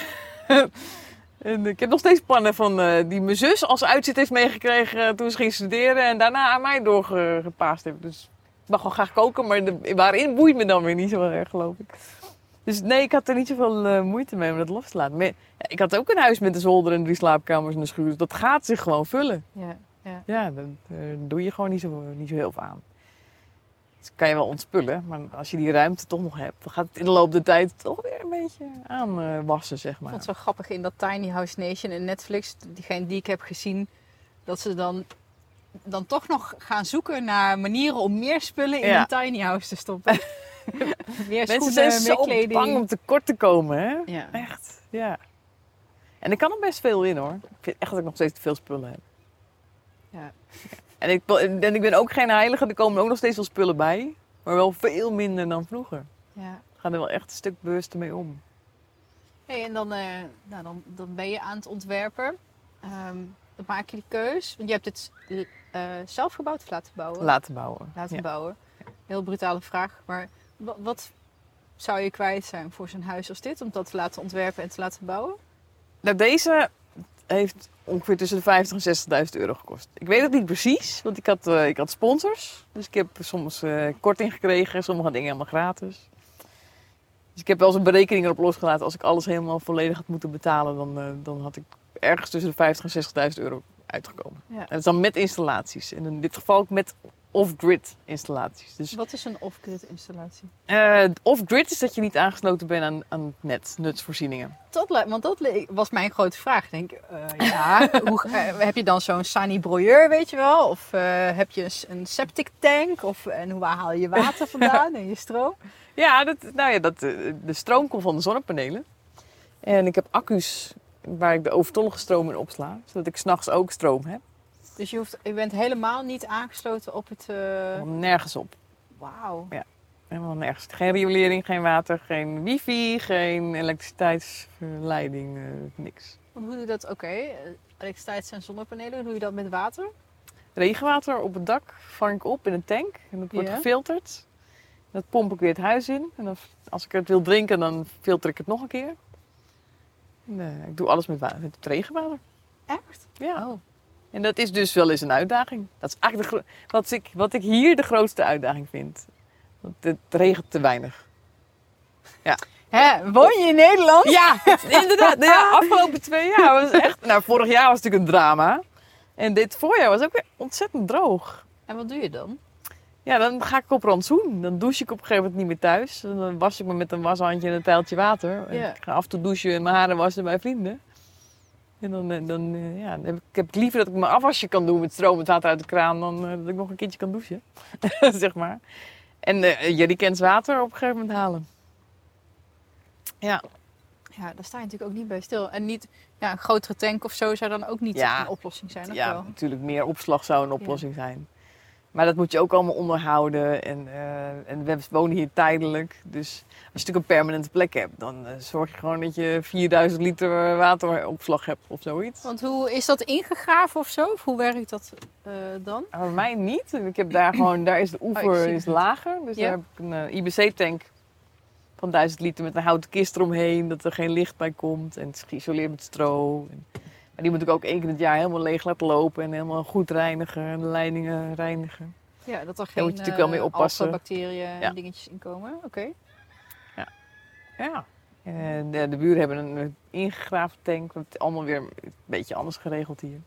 En ik heb nog steeds plannen van uh, die mijn zus als uitzet heeft meegekregen uh, toen ze ging studeren. En daarna aan mij doorgepaast heeft. Dus ik mag wel graag koken, maar de, waarin boeit me dan weer niet zo erg, geloof ik. Dus nee, ik had er niet zoveel uh, moeite mee om dat los te laten. Maar, ja, ik had ook een huis met een zolder en drie slaapkamers en een schuur. Dus dat gaat zich gewoon vullen. Ja, ja. Ja, daar uh, doe je gewoon niet zo, niet zo heel veel aan. kan je wel ontspullen. Maar als je die ruimte toch nog hebt, dan gaat het in de loop der tijd toch weer een beetje aanwassen, zeg Ik maar. vond het zo grappig in dat Tiny House Nation in Netflix, diegene die ik heb gezien, dat ze dan, dan toch nog gaan zoeken naar manieren om meer spullen in Ja. een tiny house te stoppen. meer Mensen schoenen, zijn meer zo kleding. bang om tekort te komen, hè? Ja. Echt, ja. En ik kan er best veel in, hoor. Ik vind echt dat ik nog steeds te veel spullen heb. Ja. En ik, en ik ben ook geen heilige, er komen ook nog steeds wel spullen bij. Maar wel veel minder dan vroeger. Ja. Ik ga er wel echt een stuk bewuster mee om. Hey, en dan, eh, nou, dan, dan ben je aan het ontwerpen. Ehm, dan maak je die keus. Want je hebt het eh, zelf gebouwd of laten bouwen? Laten bouwen. Laten Ja. bouwen. Heel brutale vraag. Maar wat, wat zou je kwijt zijn voor zo'n huis als dit? Om dat te laten ontwerpen en te laten bouwen? Nou, deze heeft ongeveer tussen de vijftig en zestigduizend euro gekost. Ik weet het niet precies, want ik had, uh, ik had sponsors. Dus ik heb soms uh, korting gekregen, sommige dingen helemaal gratis. Dus ik heb wel eens een berekening erop losgelaten. Als ik alles helemaal volledig had moeten betalen, dan, uh, dan had ik ergens tussen de vijftig en zestigduizend euro uitgekomen. Ja. En dat is dan met installaties. En in dit geval ook met off-grid installaties. Dus Wat is een off-grid installatie? uh, off-grid is dat je niet aangesloten bent aan, aan het net, nutsvoorzieningen. Dat, li- want dat li- was mijn grote vraag. Ik denk, uh, ja, hoe, uh, heb je dan zo'n Sani broyeur, weet je wel? Of uh, heb je een septic tank? Of, en waar haal je je water vandaan en je stroom? Ja, dat, nou ja dat, de stroom komt van de zonnepanelen. En ik heb accu's waar ik de overtollige stroom in opsla. Zodat ik 's nachts ook stroom heb. Dus je, hoeft, je bent helemaal niet aangesloten op het... Uh... Helemaal nergens op. Wauw. Helemaal nergens. Geen riolering, geen water, geen wifi, geen elektriciteitsverleiding, uh, niks. Want hoe doe je dat? Oké, okay. elektriciteit en zonnepanelen. Hoe doe je dat met water? Regenwater op het dak vang ik op in een tank. En dat wordt Ja. gefilterd. Dat pomp ik weer het huis in. En dan, als ik het wil drinken, dan filter ik het nog een keer. En, uh, ik doe alles met, water, met het regenwater. Echt? Ja. Oh. En dat is dus wel eens een uitdaging. Dat is eigenlijk de gro- wat, ik, wat ik hier de grootste uitdaging vind. Want het regent te weinig. Hè, woon je in Nederland? Ja, inderdaad. Ja, afgelopen twee jaar was echt... Nou, vorig jaar was het natuurlijk een drama. En dit voorjaar was ook weer ontzettend droog. En wat doe je dan? Ja, dan ga ik op rantsoen. Dan douche ik op een gegeven moment niet meer thuis. En dan was ik me met een washandje en een tijltje water. En Ja. ik ga af en toe douchen en mijn haren wassen bij vrienden. En dan, eh, dan, eh, ja, dan heb ik, ik heb het liever dat ik mijn afwasje kan doen met stroom, het water uit de kraan, dan eh, dat ik nog een keertje kan douchen. zeg maar. En uh, jerrycans water op een gegeven moment halen. Ja. Ja, daar sta je natuurlijk ook niet bij stil. En niet, ja, een grotere tank of zo zou dan ook niet Ja. een oplossing zijn, of Ja, wel? natuurlijk meer opslag zou een oplossing zijn. Maar dat moet je ook allemaal onderhouden. En, uh, en we wonen hier tijdelijk. Dus als je natuurlijk een permanente plek hebt, dan uh, zorg je gewoon dat je vierduizend liter wateropslag hebt of zoiets. Want hoe is dat ingegraven of zo? Of hoe werkt dat uh, dan? Maar bij mij niet. Ik heb daar gewoon, daar is de Oh, ik oever zie is het. lager. Dus Ja. daar heb ik een uh, I B C-tank van duizend liter met een houten kist eromheen. Dat er geen licht bij komt. En het is geïsoleerd met stro. En, maar die moet ik ook één keer in het jaar helemaal leeg laten lopen. En helemaal goed reinigen. En de leidingen reinigen. Ja, dat er Daar geen moet je natuurlijk wel mee eh, oppassen. algen, bacteriën en Ja. dingetjes in komen. Oké. Ja. En de, de buren hebben een ingegraven tank. Het is allemaal weer een beetje anders geregeld hier.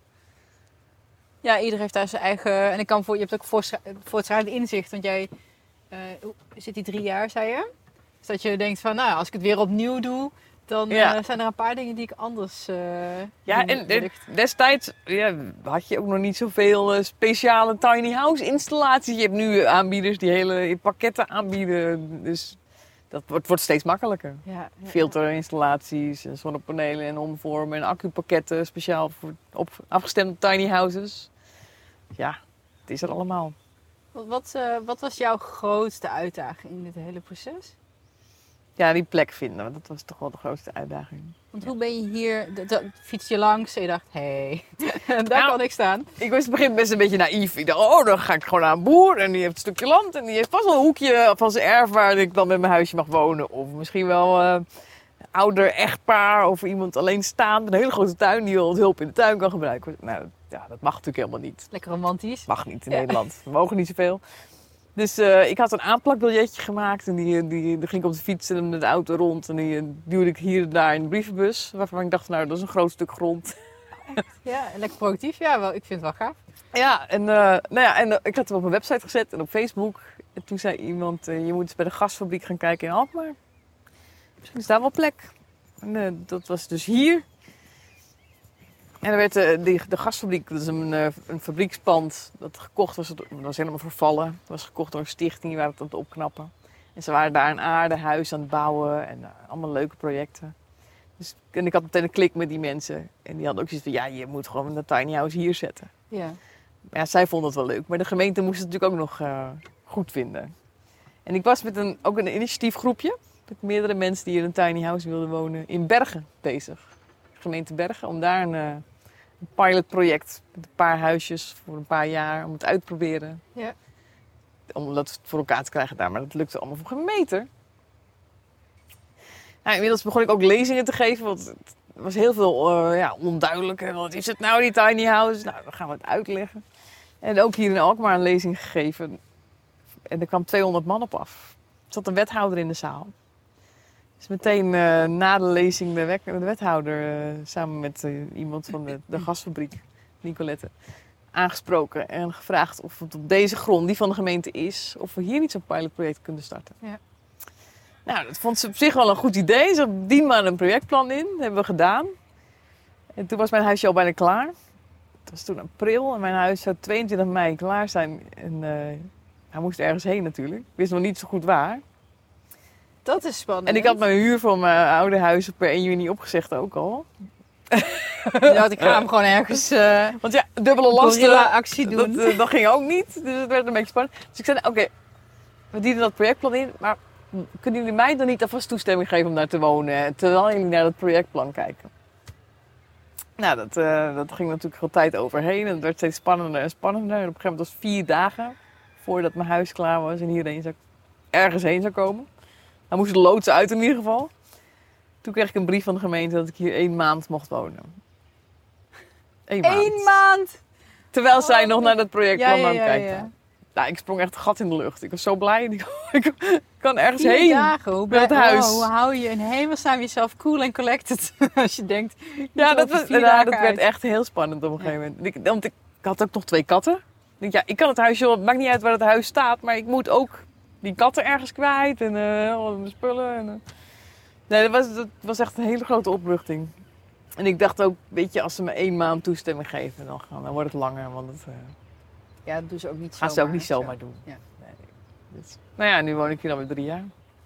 Ja, ieder heeft daar zijn eigen... En ik kan voor, je hebt ook voorstra- voortschrijdend inzicht. Want jij uh, zit hier drie jaar, zei je. Dus dat je denkt van, nou, als ik het weer opnieuw doe, dan Ja. uh, zijn er een paar dingen die ik anders uh, Ja, doe, en, en wellicht. destijds ja, had je ook nog niet zoveel uh, speciale tiny house installaties. Je hebt nu aanbieders die hele pakketten aanbieden. Dus dat wordt, wordt steeds makkelijker. Ja, ja, Filterinstallaties, en zonnepanelen en omvormen en accupakketten speciaal voor, op, afgestemd op tiny houses. Ja, het is er allemaal. Wat, wat, uh, wat was jouw grootste uitdaging in dit hele proces? Ja, die plek vinden, want dat was toch wel de grootste uitdaging. Want hoe ben je hier, d- d- fiets je langs en je dacht, hé, hey, daar Nou, kan ik staan. Ik was in het begin best een beetje naïef. Ik dacht, oh, dan ga ik gewoon naar een boer en die heeft een stukje land en die heeft vast wel een hoekje van zijn erf waar ik dan met mijn huisje mag wonen. Of misschien wel uh, een ouder echtpaar of iemand alleenstaand met een hele grote tuin die wel hulp in de tuin kan gebruiken. Nou, ja, dat mag natuurlijk helemaal niet. Lekker romantisch. Mag niet in Ja. Nederland. We mogen niet zoveel. Dus uh, ik had een aanplakbiljetje gemaakt en die, die, die ging ik op de fiets en met de auto rond. En die uh, duwde ik hier en daar in de brievenbus. Waarvan ik dacht, nou, dat is een groot stuk grond. Ja, lekker productief. Ja, wel, ik vind het wel gaaf. Ja, en, uh, nou ja, en uh, ik had hem op mijn website gezet en op Facebook. En toen zei iemand, uh, je moet eens bij de gasfabriek gaan kijken in Alkmaar. Misschien is daar wel plek. En uh, dat was dus hier. En er werd uh, die, de gasfabriek, dat is een, uh, een fabriekspand dat gekocht was. Dat was helemaal vervallen. Het was gekocht door een stichting, die waren het aan het opknappen. En ze waren daar een aardehuis aan het bouwen en uh, allemaal leuke projecten. Dus, en ik had meteen een klik met die mensen. En die hadden ook zoiets van, ja, je moet gewoon een tiny house hier zetten. Ja. Ja, zij vonden het wel leuk, maar de gemeente moest het natuurlijk ook nog uh, goed vinden. En ik was met een, ook een initiatiefgroepje, met meerdere mensen die in een tiny house wilden wonen, in Bergen bezig. Gemeente Bergen, om daar een, uh, een pilotproject met een paar huisjes voor een paar jaar, om het uit te proberen. Ja. Om dat voor elkaar te krijgen daar, maar dat lukte allemaal voor geen meter. Nou, inmiddels begon ik ook lezingen te geven, want het was heel veel uh, ja, onduidelijk. Wat is het nou, die tiny house? Nou, dan gaan we het uitleggen. En ook hier in Alkmaar een lezing gegeven. En er kwam tweehonderd man op af. Er zat een wethouder in de zaal. Dus meteen uh, na de lezing de, wek- de wethouder, uh, samen met uh, iemand van de, de gasfabriek, Nicolette, aangesproken en gevraagd of het op deze grond, die van de gemeente is, of we hier niet zo'n pilotproject kunnen starten. Ja. Nou, dat vond ze op zich wel een goed idee. Ze dien maar een projectplan in. Dat hebben we gedaan. En toen was mijn huisje al bijna klaar. Het was toen april en mijn huis zou tweeëntwintig mei klaar zijn. En uh, hij moest ergens heen natuurlijk. Ik wist nog niet zo goed waar. Dat is spannend. En ik had mijn huur van mijn oude huis per één juni opgezegd ook al. Nou, ik ga hem gewoon ergens uh, Want ja, dubbele lasten, actie doen. Dat, uh, dat ging ook niet. Dus het werd een beetje spannend. Dus ik zei, oké, okay, we dienen dat projectplan in. Maar kunnen jullie mij dan niet alvast toestemming geven om daar te wonen? Terwijl jullie naar dat projectplan kijken. Nou, dat, uh, dat ging natuurlijk veel tijd overheen. En het werd steeds spannender en spannender. En op een gegeven moment was het vier dagen voordat mijn huis klaar was. En hierheen zou, ergens heen zou komen. Dan moesten de loodsen uit in ieder geval. Toen kreeg ik een brief van de gemeente dat ik hier één maand mocht wonen. Eén maand. Eén maand! Terwijl oh, zij nog naar dat projectplan ja, ja, aan het ja, kijken ja. waren. Nou, ik sprong echt een gat in de lucht. Ik was zo blij. Ik kan ergens Vier heen. dagen. Hoe, met het blij- huis. wow, hoe hou je in hemelsnaam jezelf cool en collected? Als je denkt... Ja, dat, was, ja, dat werd uit. echt heel spannend op een gegeven moment. Ik, want ik had ook nog twee katten. Ik denk, ja, ik kan het huisje wel, het maakt niet uit waar het huis staat, maar ik moet ook die katten ergens kwijt en uh, al mijn spullen. En, uh. Nee, dat was, dat was echt een hele grote opluchting. En ik dacht ook, weet je, als ze me één maand toestemming geven, dan, gaan, dan wordt het langer. Want het uh, Ja, dat doen ze ook niet gaan zomaar. ze ook niet zo. zomaar doen. Ja. Nee. Dus, nou ja, nu woon ik hier alweer drie jaar.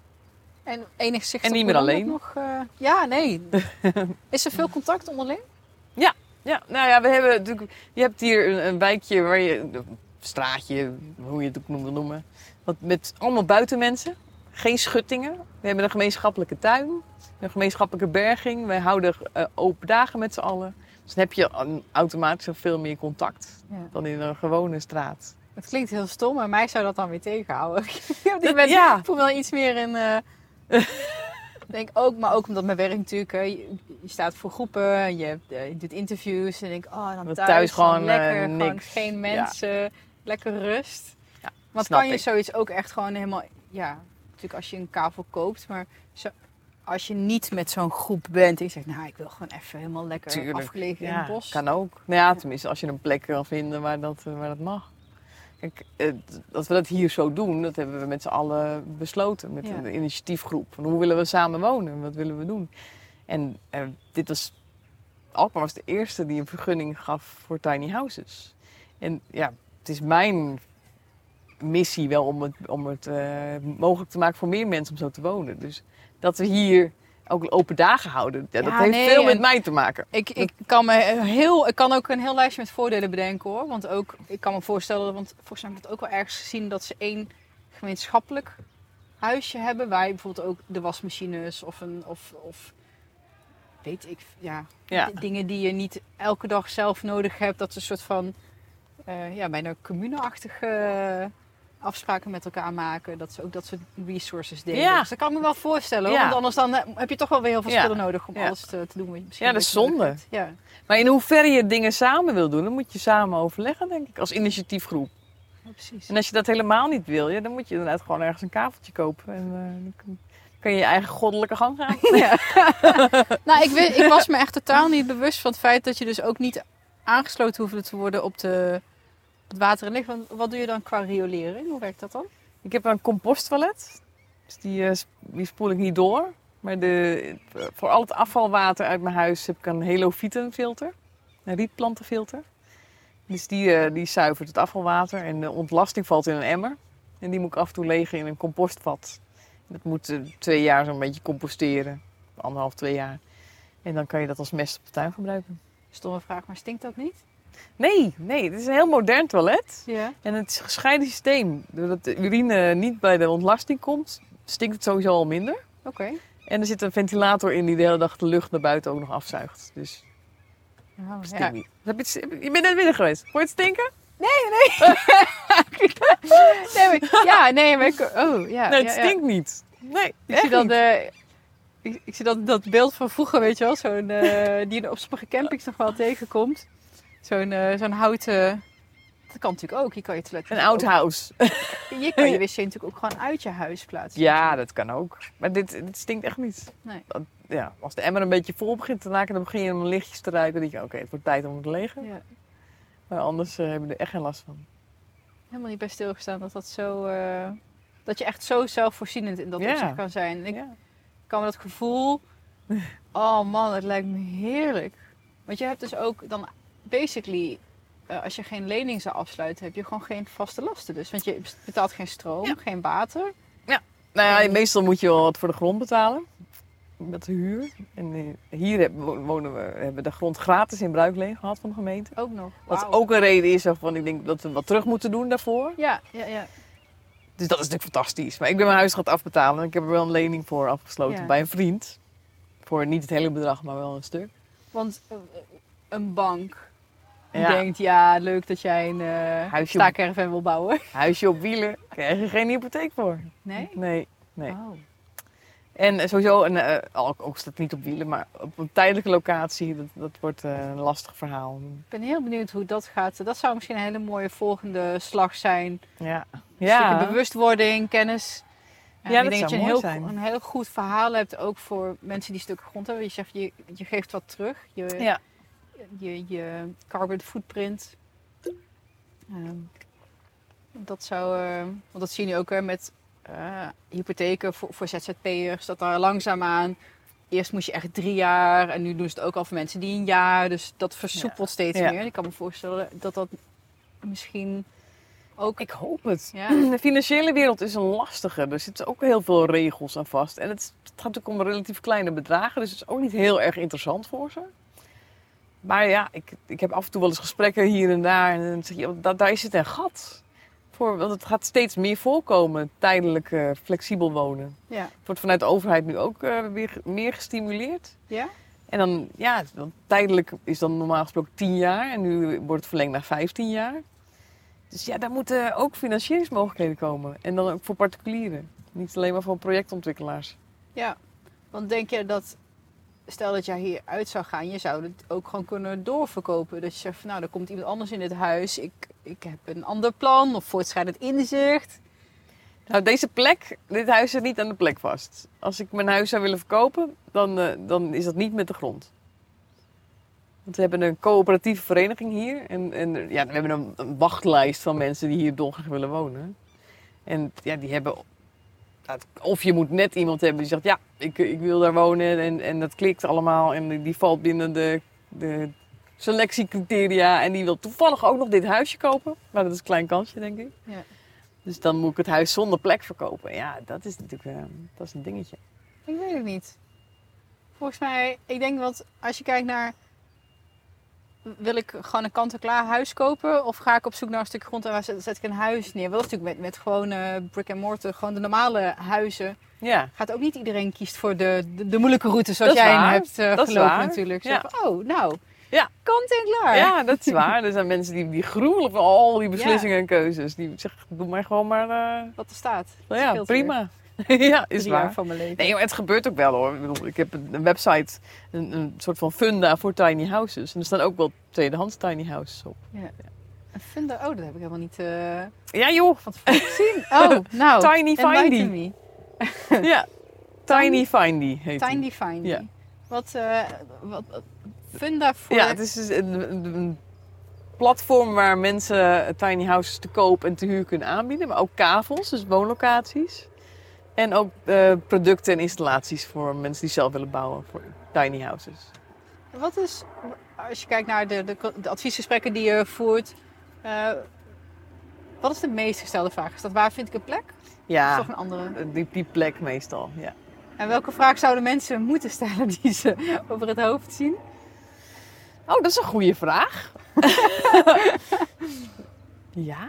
En enig zicht En op niet hoe meer lang alleen. dat Nog, uh, ja, nee. Is er veel contact onderling? Ja, nou ja, we hebben natuurlijk, je hebt hier een, een wijkje waar je, een straatje, hoe je het ook wil noemen, wat met allemaal buitenmensen, geen schuttingen. We hebben een gemeenschappelijke tuin, een gemeenschappelijke berging. Wij houden uh, open dagen met z'n allen. Dus dan heb je um, automatisch veel meer contact Ja. dan in een gewone straat. Het klinkt heel stom, maar mij zou dat dan weer tegenhouden. Op die Dat- moment ja. voel me wel iets meer in... Uh, denk ook, maar ook omdat mijn werk natuurlijk... Uh, je, je staat voor groepen, je, hebt, uh, je doet interviews en denk oh, dan Dat thuis, thuis dan gewoon, lekker, uh, gewoon niks. geen mensen, lekker rust. Ja, Want snap kan je ik. zoiets ook echt gewoon helemaal... Ja, natuurlijk als je een kavel koopt, maar zo, als je niet met zo'n groep bent en je zegt, nou, ik wil gewoon even helemaal lekker Tuurlijk. afgelegen in Ja, het bos. kan ook. Nou ja, tenminste als je een plek kan vinden waar dat, uh, waar dat mag. Kijk, uh, dat we dat hier zo doen, dat hebben we met z'n allen besloten. Met Ja. een initiatiefgroep. Van hoe willen we samen wonen? Wat willen we doen? En uh, dit was... Alkmaar was de eerste die een vergunning gaf voor tiny houses. En ja, het is mijn missie wel om het, om het uh, mogelijk te maken voor meer mensen om zo te wonen. Dus dat we hier ook open dagen houden, ja, dat Ja, heeft nee, veel en- met mij te maken. Ik, ik, kan me heel, ik kan ook een heel lijstje met voordelen bedenken hoor. Want ook, ik kan me voorstellen, want volgens mij heb ik het ook wel ergens gezien dat ze één gemeenschappelijk huisje hebben. Waar je bijvoorbeeld ook de wasmachines of een, of, of weet ik, ja, Ja. d- dingen die je niet elke dag zelf nodig hebt. Dat ze een soort van, uh, ja, bijna commune-achtige afspraken met elkaar maken. Dat ze ook dat soort resources delen. Ja. Dus dat kan ik me wel voorstellen hoor. Ja. Want anders dan, uh, heb je toch wel weer heel veel Ja. spullen nodig om Ja. alles te, te doen wat je misschien Ja, dat is wat je nodig zonde. hebt. Ja. Maar in hoeverre je dingen samen wil doen, dan moet je samen overleggen, denk ik, als initiatiefgroep. Ja, precies. En als je dat helemaal niet wil, ja, dan moet je inderdaad gewoon ergens een kafeltje kopen. En uh, dan kan, kan je je eigen goddelijke gang gaan. Ja. Nou, ik, weet, ik was me echt totaal niet bewust van het feit dat je dus ook niet aangesloten hoefde te worden op, de, op het water en licht. Want wat doe je dan qua riolering? Hoe werkt dat dan? Ik heb een composttoilet. Dus die, uh, die spoel ik niet door. Maar de, voor al het afvalwater uit mijn huis heb ik een helofietenfilter. Een rietplantenfilter. Dus die, uh, die zuivert het afvalwater. En de ontlasting valt in een emmer. En die moet ik af en toe legen in een compostvat. Dat moet uh, twee jaar zo'n beetje composteren. Anderhalf, twee jaar. En dan kan je dat als mest op de tuin gebruiken. Stomme vraag, maar stinkt dat niet? Nee, nee. Het is een heel modern toilet. Ja. En het is een gescheiden systeem. Doordat de urine niet bij de ontlasting komt, stinkt het sowieso al minder. Oké. Okay. En er zit een ventilator in die de hele dag de lucht naar buiten ook nog afzuigt. Dus oh, het stinkt ja. niet. Heb je, het, je bent net binnen geweest. Vond je het stinken? Nee, nee. nee maar, ja, nee, maar ik, oh, ja. Nee, het ja, stinkt ja. niet. Nee, Ik zie dan de, ik, ik zie dat, dat beeld van vroeger, weet je wel, zo'n uh, die je op sommige campings nog wel tegenkomt. Zo'n, uh, zo'n houten. Dat kan natuurlijk ook. Je kan je toilet. Een oud huis. Je kan je wc natuurlijk ook gewoon uit je huis plaatsen. Ja, dat kan ook. Maar dit, dit stinkt echt niet. Nee. Dat, ja, als de emmer een beetje vol begint te raken, dan begin je om lichtjes te ruiken. Dan denk je, oké, okay, het wordt tijd om te legen. Ja. Maar anders uh, hebben we er echt geen last van. Helemaal niet bij stilgestaan dat dat zo, uh, dat je echt zo zelfvoorzienend in dat Ja. opzicht kan zijn. En ik Ja. kan me dat gevoel, oh man, het lijkt me heerlijk. Want je hebt dus ook dan basically, uh, als je geen lening zou afsluiten, heb je gewoon geen vaste lasten dus. Want je betaalt geen stroom, Ja. geen water. Nou ja, meestal moet je wel wat voor de grond betalen. Met de huur. En uh, hier hebben, wonen we, hebben we de grond gratis in bruikleen gehad van de gemeente. Ook nog. Wat Wauw. ook een reden is waarvan ik denk dat we wat terug moeten doen daarvoor. Ja, ja, ja. Dus dat is natuurlijk fantastisch. Maar ik ben mijn huis gaan afbetalen. En ik heb er wel een lening voor afgesloten Ja. bij een vriend. Voor niet het hele bedrag, maar wel een stuk. Want uh, een bank die Ja. denkt, ja, leuk dat jij een uh, Huisje op- staakerven wil bouwen. Huisje op wielen, krijg je geen hypotheek voor. Nee? Nee, nee. Oh. En uh, sowieso, een, uh, ook, ook staat niet op wielen, maar op een tijdelijke locatie, dat, dat wordt uh, een lastig verhaal. Ik ben heel benieuwd hoe dat gaat. Dat zou misschien een hele mooie volgende slag zijn. Ja. Een Ja. stukje bewustwording, kennis. En Ja, ik dat denk zou dat je een mooi heel, zijn. een heel goed verhaal hebt, ook voor mensen die stukken grond hebben. Je zegt, je, je geeft wat terug. Je, Ja. je, je carbon footprint. Um, dat zou, uh, want dat zie je nu ook hè, met uh, hypotheken voor, voor Z Z P'ers. Dat daar langzaamaan, eerst moest je echt drie jaar en nu doen ze het ook al voor mensen die een jaar. Dus dat versoepelt steeds Ja. meer. Ik kan me voorstellen dat dat misschien ook... Ik hoop het. Ja. De financiële wereld is een lastige. Er zitten ook heel veel regels aan vast. En het, het gaat natuurlijk om relatief kleine bedragen. Dus het is ook niet heel erg interessant voor ze. Maar ja, ik, ik heb af en toe wel eens gesprekken hier en daar. En dan zeg je, daar, daar is het een gat. Voor, want het gaat steeds meer voorkomen, tijdelijk uh, flexibel wonen. Ja. Het wordt vanuit de overheid nu ook uh, weer meer gestimuleerd. Ja? En dan, ja, dan, tijdelijk is dan normaal gesproken tien jaar. En nu wordt het verlengd naar vijftien jaar. Dus ja, daar moeten ook financieringsmogelijkheden komen. En dan ook voor particulieren. Niet alleen maar voor projectontwikkelaars. Ja, want denk je dat, stel dat jij hier uit zou gaan, je zou het ook gewoon kunnen doorverkopen. Dat je zegt van nou, er komt iemand anders in dit huis. Ik, ik heb een ander plan of voortschrijdend inzicht. Nou, deze plek, dit huis zit niet aan de plek vast. Als ik mijn huis zou willen verkopen, dan, uh, dan is dat niet met de grond. Want we hebben een coöperatieve vereniging hier. En, en ja, we hebben een, een wachtlijst van mensen die hier dolgraag willen wonen. En ja, die hebben... Of je moet net iemand hebben die zegt, ja, ik, ik wil daar wonen en, en dat klikt allemaal. En die, die valt binnen de, de selectiecriteria en die wil toevallig ook nog dit huisje kopen. Maar dat is een klein kansje, denk ik. Ja. Dus dan moet ik het huis zonder plek verkopen. Ja, dat is natuurlijk uh, dat is een dingetje. Ik weet het niet. Volgens mij, ik denk dat als je kijkt naar, wil ik gewoon een kant-en-klaar huis kopen? Of ga ik op zoek naar een stuk grond en waar zet, zet ik een huis neer? Wel natuurlijk met, met gewone brick and mortar, gewoon de normale huizen. Ja. Gaat ook niet iedereen kiest voor de, de, de moeilijke route zoals Dat is jij waar. hebt uh, Dat is gelopen waar. natuurlijk. Zo Ja. van, oh, nou, Ja. kant en klaar. Ja, dat is waar. Er zijn mensen die, die gruwelen van al die beslissingen en keuzes. Die zeggen, doe maar gewoon maar... Uh, Wat er staat. nou ja, Scheelt prima. ja, is Drie waar. jaar van mijn leven. Nee, maar het gebeurt ook wel hoor. Ik bedoel, ik heb een, een website, een, een soort van funda voor tiny houses. En er staan ook wel tweedehands tiny houses op. Ja. Een Funda, oh, dat heb ik helemaal niet uh, Ja joh, van tevoren gezien. Oh, nou, Tiny enlighten Findy. me. ja. Tiny Findy heet die. Tiny Findy. Ja. Wat, uh, wat, wat Funda voor... Ja, het is dus een, een, een platform waar mensen tiny houses te koop en te huur kunnen aanbieden. Maar ook kavels, dus woonlocaties. En ook uh, producten en installaties voor mensen die zelf willen bouwen voor tiny houses. Wat is, als je kijkt naar de, de, de adviesgesprekken die je voert, uh, wat is de meest gestelde vraag? Is dat waar vind ik een plek? Ja, of toch een andere? Die, die plek meestal, ja. En welke vraag zouden mensen moeten stellen die ze over het hoofd zien? Oh, dat is een goede vraag. Ja.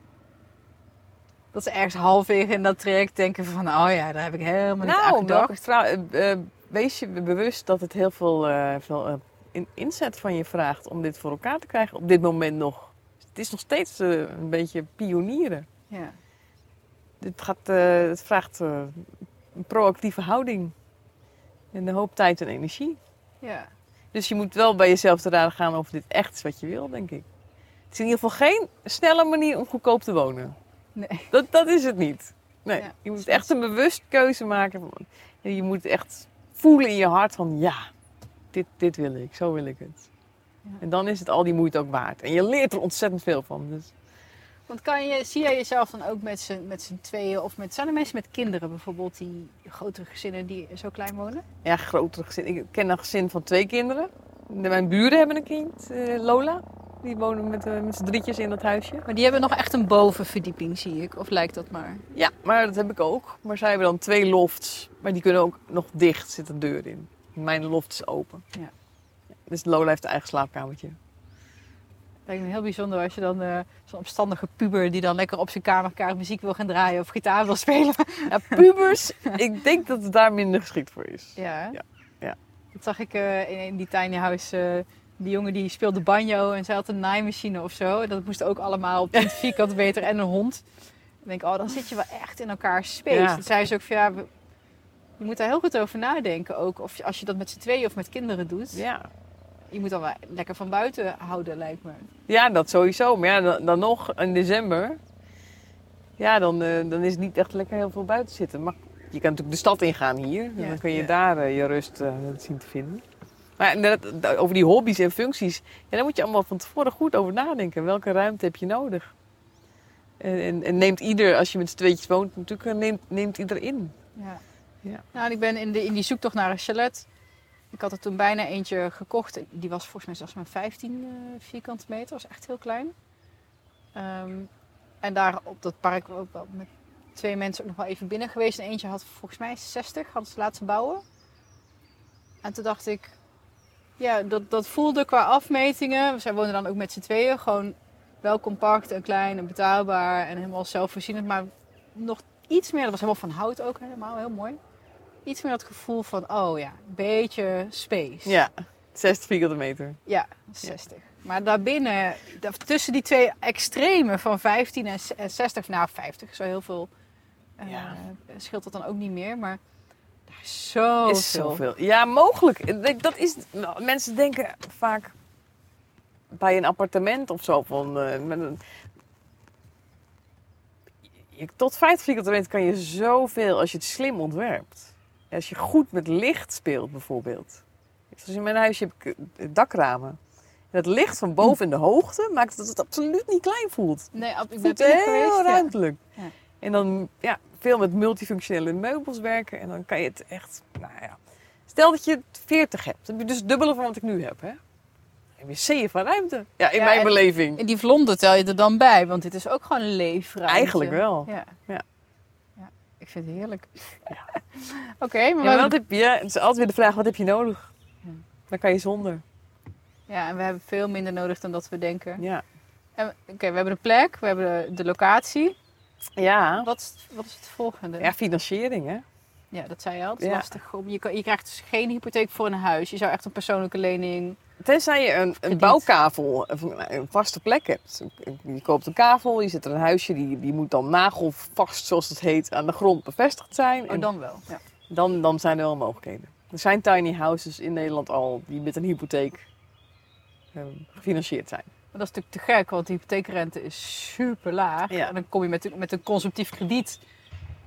Dat ze ergens halverwege in dat traject denken van, oh ja, daar heb ik helemaal niet nou, aan gedacht. Nou, uh, wees je bewust dat het heel veel, uh, veel uh, in, inzet van je vraagt om dit voor elkaar te krijgen op dit moment nog. Het is nog steeds uh, een beetje pionieren. Ja. Dit gaat, uh, het vraagt uh, een proactieve houding en een hoop tijd en energie. Ja. Dus je moet wel bij jezelf te raden gaan of dit echt is wat je wil, denk ik. Het is in ieder geval geen snelle manier om goedkoop te wonen. Nee. Dat, dat is het niet. Nee, Ja, je moet echt een bewust keuze maken. Je moet echt voelen in je hart van ja, dit, dit wil ik, zo wil ik het. Ja. En dan is het al die moeite ook waard. En je leert er ontzettend veel van. Dus. Want kan je, zie jij jezelf dan ook met z'n, met z'n tweeën of met, zijn er mensen met kinderen bijvoorbeeld, die grotere gezinnen die zo klein wonen? Ja, grotere gezinnen. Ik ken een gezin van twee kinderen. Mijn buren hebben een kind, uh, Lola. Die wonen met, uh, met z'n drietjes in dat huisje. Maar die hebben nog echt een bovenverdieping, zie ik. Of lijkt dat maar? Ja, maar dat heb ik ook. Maar zij hebben dan twee lofts. Maar die kunnen ook nog dicht, zit een deur in. Mijn loft is open. Ja. Dus Lola heeft een eigen slaapkamertje. Het lijkt me heel bijzonder als je dan uh, zo'n opstandige puber die dan lekker op zijn kamerkaart muziek wil gaan draaien of gitaar wil spelen. Ja, pubers, ik denk dat het daar minder geschikt voor is. Ja, ja. ja. Dat zag ik uh, in, in die tiny house. Uh, die jongen die speelde banjo en zij had een naaimachine of zo. Dat moest ook allemaal op twintig vierkante meter en een hond. Ik denk, oh, dan zit je wel echt in elkaars space. Ja. Toen zei ze ook van, ja, we, je moet daar heel goed over nadenken ook. Of als je dat met z'n tweeën of met kinderen doet. Ja. Je moet dan wel lekker van buiten houden, lijkt me. Ja, dat sowieso. Maar ja, dan, dan nog in december. Ja, dan, uh, dan is het niet echt lekker heel veel buiten zitten. Maar je kan natuurlijk de stad ingaan hier. En ja, dan kun je ja. daar uh, je rust uh, zien te vinden. Maar dat, over die hobby's en functies. Ja, daar moet je allemaal van tevoren goed over nadenken. Welke ruimte heb je nodig? En, en, en neemt ieder, als je met z'n tweetjes woont, natuurlijk neemt, neemt ieder in. Ja. Ja. Nou, ik ben in, de, in die zoektocht naar een chalet. Ik had er toen bijna eentje gekocht. Die was volgens mij zelfs maar vijftien uh, vierkante meter. Dat was echt heel klein. Um, en daar op dat park ook wel met twee mensen ook nog wel even binnen geweest. En eentje had volgens mij zestig, hadden ze laten bouwen. En toen dacht ik, ja, dat, dat voelde qua afmetingen. Zij woonden dan ook met z'n tweeën. Gewoon wel compact en klein en betaalbaar en helemaal zelfvoorzienend. Maar nog iets meer, dat was helemaal van hout ook helemaal, heel mooi. Iets meer dat gevoel van, oh ja, een beetje space. Ja, zestig vierkante meter. Ja, zestig. Ja. Maar daarbinnen, tussen die twee extremen van vijftien en zestig, nou vijftig, zo heel veel, uh, ja. scheelt dat dan ook niet meer. Maar daar is zoveel. Is zoveel. Ja, mogelijk. Dat is, nou, mensen denken vaak bij een appartement of zo van... Uh, met een, je, tot vijftig vierkante meter kan je zoveel als je het slim ontwerpt. Als je goed met licht speelt bijvoorbeeld. Zoals in mijn huisje heb ik dakramen. En het licht van boven in de hoogte maakt dat het absoluut niet klein voelt. Nee, ik ben het heel geweest, ruimtelijk. Ja. Ja. En dan ja, veel met multifunctionele meubels werken. En dan kan je het echt... Nou ja. Stel dat je veertig hebt. Dan heb je dus het dubbele van wat ik nu heb. Hè? Dan heb je zeeën van ruimte. Ja, in ja, mijn en, beleving. En die vlonden tel je er dan bij. Want dit is ook gewoon een leefruimte. Eigenlijk wel. Ja. Ja. Ja, ik vind het heerlijk. Ja. Oké, okay, maar, ja, maar wat heb je? Het is altijd weer de vraag, wat heb je nodig? Ja. Dan kan je zonder. Ja, en we hebben veel minder nodig dan dat we denken. Ja. Oké, okay, we hebben de plek, we hebben de, de locatie. Ja. Wat is, wat is het volgende? Ja, financiering, hè? Ja, dat zei je al. Het is ja. lastig. Om, je, je krijgt dus geen hypotheek voor een huis. Je zou echt een persoonlijke lening... Tenzij je een, een bouwkavel, een vaste plek hebt. Je koopt een kavel, je zet er een huisje, die, die moet dan nagelvast, zoals het heet, aan de grond bevestigd zijn. Oh, dan wel. Ja. Dan, dan zijn er wel mogelijkheden. Er zijn tiny houses in Nederland al die met een hypotheek uh, gefinancierd zijn. Maar dat is natuurlijk te gek, want de hypotheekrente is super laag. Ja. En dan kom je met, met een consumptief krediet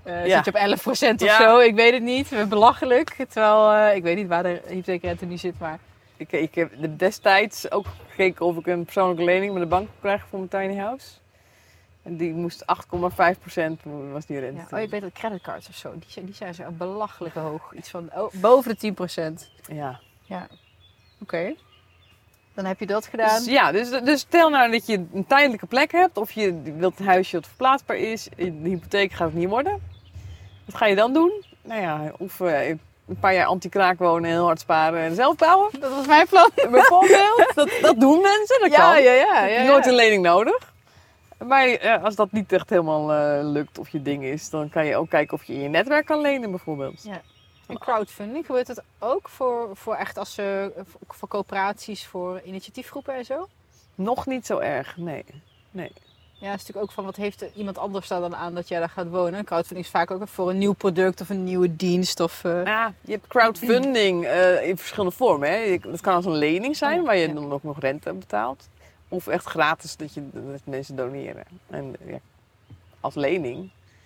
Uh, Ja. Zit je op elf procent of Ja. zo? Ik weet het niet. Belachelijk. Terwijl, uh, ik weet niet waar de hypotheekrente nu zit, maar... Ik, ik heb destijds ook gekeken of ik een persoonlijke lening met de bank kon krijgen voor mijn tiny house. En die moest acht komma vijf procent was die rente. Ja, oh, ik weet dat creditcards of zo, die zijn, die zijn zo belachelijk hoog. Iets van oh, boven de tien procent. Ja. Ja, oké. Okay. Dan heb je dat gedaan. Dus, ja, dus, dus stel nou dat je een tijdelijke plek hebt of je wilt een huisje dat verplaatsbaar is. De hypotheek gaat het niet worden. Wat ga je dan doen? Nou ja, of uh, een paar jaar anti-kraak wonen en heel hard sparen en zelf bouwen. Dat was mijn plan. Bijvoorbeeld. dat, dat doen mensen, dat ja, kan. Ja, ja, Je ja. hebt nooit een lening nodig. Maar ja, als dat niet echt helemaal uh, lukt of je ding is, dan kan je ook kijken of je in je netwerk kan lenen bijvoorbeeld. Ja. En crowdfunding, gebeurt het ook voor, voor echt als ze, voor coöperaties, voor initiatiefgroepen en zo? Nog niet zo erg, nee. nee. Ja, het is natuurlijk ook van wat heeft iemand anders daar dan aan dat jij daar gaat wonen. Crowdfunding is vaak ook voor een nieuw product of een nieuwe dienst. Of, uh... Ja, je hebt crowdfunding uh, in verschillende vormen. Hè. Het kan als een lening zijn, ja, waar je ja. dan ook nog rente betaalt. Of echt gratis dat, je, dat mensen doneren. En ja, als lening.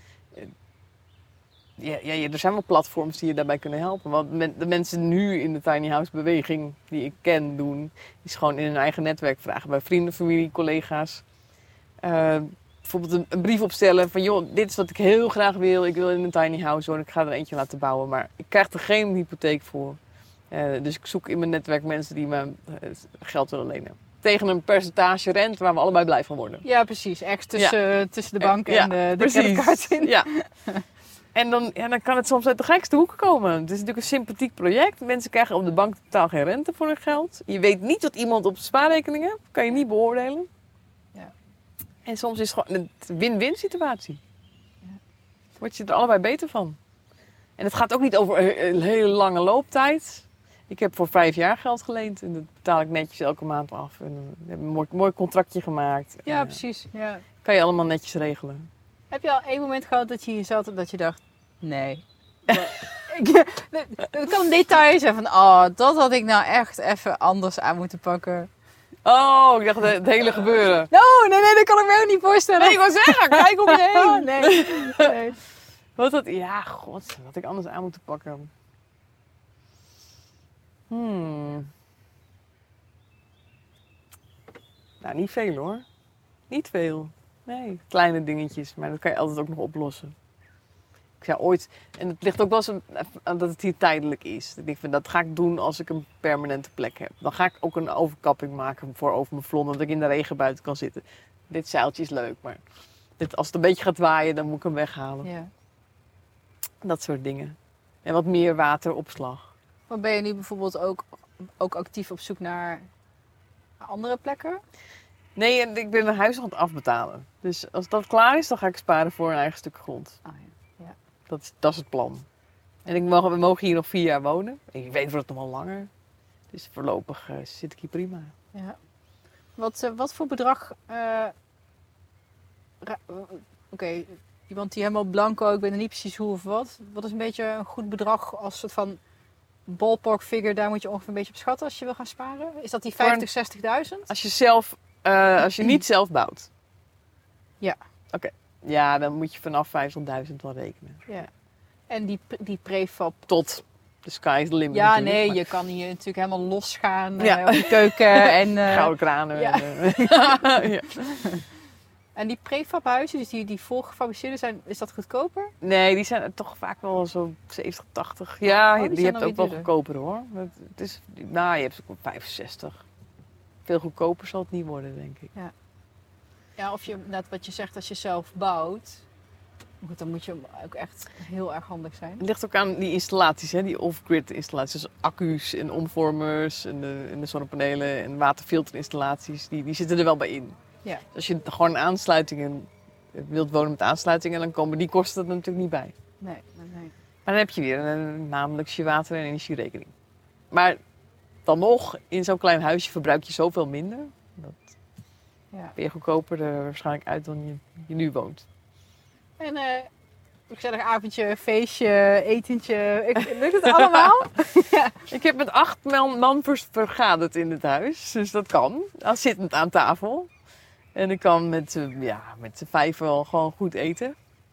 Ja, ja, er zijn wel platforms die je daarbij kunnen helpen. Wat men, de mensen nu in de tiny house beweging die ik ken doen, is gewoon in hun eigen netwerk vragen. Bij vrienden, familie, collega's. Uh, bijvoorbeeld een, een brief opstellen van joh, dit is wat ik heel graag wil. Ik wil in een tiny house wonen. Ik ga er eentje laten bouwen. Maar ik krijg er geen hypotheek voor. Uh, dus ik zoek in mijn netwerk mensen die me uh, geld willen lenen. Tegen een percentage rente waar we allebei blij van worden. Ja, precies. Ergens tussen, ja. tussen de bank en ja, de, de creditcard in. Ja. En dan, ja, dan kan het soms uit de gekste hoeken komen. Het is natuurlijk een sympathiek project. Mensen krijgen op de bank totaal geen rente voor hun geld. Je weet niet wat iemand op de spaarrekening heeft. Kan je niet beoordelen. Ja. En soms is het gewoon een win-win situatie. Ja. Word je er allebei beter van. En het gaat ook niet over een hele lange looptijd. Ik heb voor vijf jaar geld geleend. En dat betaal ik netjes elke maand af. En we hebben een mooi, mooi contractje gemaakt. Ja, en, precies. Ja. Kan je allemaal netjes regelen. Heb je al één moment gehad dat je hier zat en dat je dacht, nee. Het kan een detail zijn van, oh, dat had ik nou echt even anders aan moeten pakken. Oh, ik dacht het hele gebeuren. Oh, nee, nee, dat kan ik me ook niet voorstellen. Nee, ik wou zeggen, kijk om je heen. Oh, nee. nee. Wat dat? Ja, god, wat had ik anders aan moeten pakken. Hmm. Nou, niet veel hoor. Niet veel. Nee, kleine dingetjes, maar dat kan je altijd ook nog oplossen. Ik zou ooit, en het ligt ook wel eens aan dat het hier tijdelijk is. Ik denk van, dat ga ik doen als ik een permanente plek heb. Dan ga ik ook een overkapping maken voor over mijn vlonder, dat ik in de regen buiten kan zitten. Dit zeiltje is leuk, maar dit, als het een beetje gaat waaien, dan moet ik hem weghalen. Ja. Dat soort dingen. En wat meer wateropslag. Maar ben je nu bijvoorbeeld ook, ook actief op zoek naar andere plekken? Nee, en ik ben mijn huis aan het afbetalen. Dus als dat klaar is, dan ga ik sparen voor een eigen stuk grond. Oh, ja. Ja. Dat is, dat is het plan. En ik mag, we mogen hier nog vier jaar wonen. Ik weet wordt het nog wel langer. Dus voorlopig uh, zit ik hier prima. Ja. Wat, uh, wat voor bedrag... Uh, ra- uh, Oké, okay. Iemand die helemaal blanco, ik weet niet precies hoe of wat. Wat is een beetje een goed bedrag als soort van ballpark figure, daar moet je ongeveer een beetje op schatten als je wil gaan sparen? Is dat die vijftig, zestigduizend? Als je zelf, uh, als je niet zelf bouwt? Ja. Oké. Okay. Ja, dan moet je vanaf vijftigduizend wel rekenen. Ja. En die, die prefab? Tot de sky is the limit. Ja, nee, maar je kan hier natuurlijk helemaal losgaan ja. uh, op de keuken. en uh, gouden kranen. Ja. En, uh, ja. En die prefabhuizen, dus die, die volgefabriceerde zijn, is dat goedkoper? Nee, die zijn toch vaak wel zo zeventig, tachtig. Ja, oh, die, die hebt ook wel duurder. goedkoper hoor. Het is, nou, je hebt ook vijfenzestig. Veel goedkoper zal het niet worden, denk ik. Ja, ja of je, net wat je zegt, als je zelf bouwt, goed, dan moet je ook echt heel erg handig zijn. Het ligt ook aan die installaties, hè? Die off-grid installaties. Dus accu's en omvormers en de, en de zonnepanelen en waterfilterinstallaties. Die, die zitten er wel bij in. Ja. Dus als je gewoon aansluitingen wilt wonen met aansluitingen, dan komen die kosten er natuurlijk niet bij. Nee, nee, nee. Maar dan heb je weer een, namelijk je water- en energierekening. Maar dan nog, in zo'n klein huisje verbruik je zoveel minder. Dat Ja. ben je goedkoper er waarschijnlijk uit dan je, je nu woont. En uh, een gezellig avondje, feestje, etentje. Ik, lukt het allemaal? Ja. Ik heb met acht man, man vergaderd in het huis. Dus dat kan. Al zittend aan tafel. En ik kan met, uh, ja, met z'n vijf wel gewoon goed eten.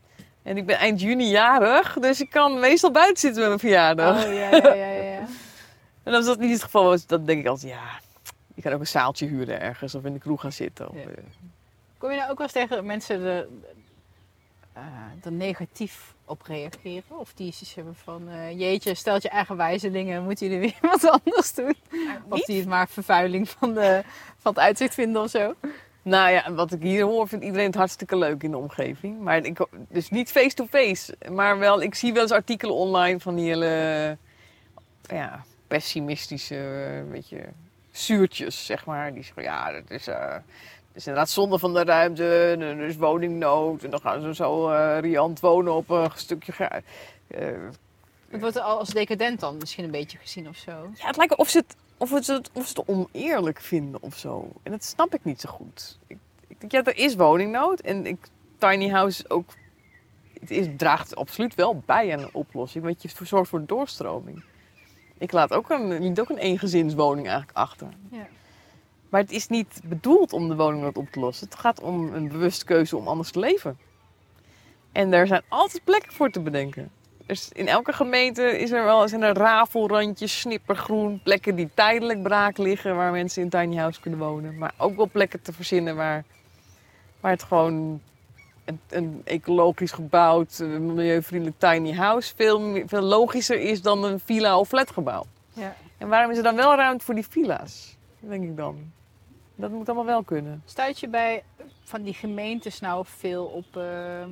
En ik ben eind juni jarig, dus ik kan meestal buiten zitten met mijn verjaardag. Oh, ja, ja, ja, ja. En als dat niet het geval was, dan denk ik altijd, ja, je kan ook een zaaltje huren ergens of in de kroeg gaan zitten. Of, Ja. uh, Kom je nou ook wel eens tegen mensen er, uh, er negatief op reageren? Of die iets hebben van, uh, jeetje, stelt je eigen wijzelingen, moeten jullie weer wat anders doen? Of die het maar vervuiling van, de, van het uitzicht vinden of zo? Nou ja, wat ik hier hoor, vindt iedereen het hartstikke leuk in de omgeving. Maar ik, dus niet face-to-face, maar wel, ik zie wel eens artikelen online van die hele ja, pessimistische, weet je, zuurtjes, zeg maar. Die zeggen, ja, dat is, uh, dat is inderdaad zonde van de ruimte, er is woningnood en dan gaan ze zo uh, riant wonen op een stukje ga- uh, Het wordt al als decadent dan misschien een beetje gezien of zo. Ja, het lijkt of ze het, of het, of ze het oneerlijk vinden of zo. En dat snap ik niet zo goed. Ik, ik denk, ja, er is woningnood. En ik, tiny house ook, het is, draagt absoluut wel bij aan een oplossing. Want je zorgt voor doorstroming. Ik laat ook een, liet ook een eengezinswoning eigenlijk achter. Ja. Maar het is niet bedoeld om de woningnood op te lossen. Het gaat om een bewuste keuze om anders te leven. En er zijn altijd plekken voor te bedenken. Dus in elke gemeente is er wel, zijn er rafelrandjes, snippergroen, plekken die tijdelijk braak liggen waar mensen in tiny house kunnen wonen. Maar ook wel plekken te verzinnen waar, waar het gewoon een, een ecologisch gebouwd, milieuvriendelijk tiny house veel, veel logischer is dan een villa of flatgebouw. Ja. En waarom is er dan wel ruimte voor die villa's? Denk ik dan. Dat moet allemaal wel kunnen. Stuit je bij van die gemeentes nou veel op uh,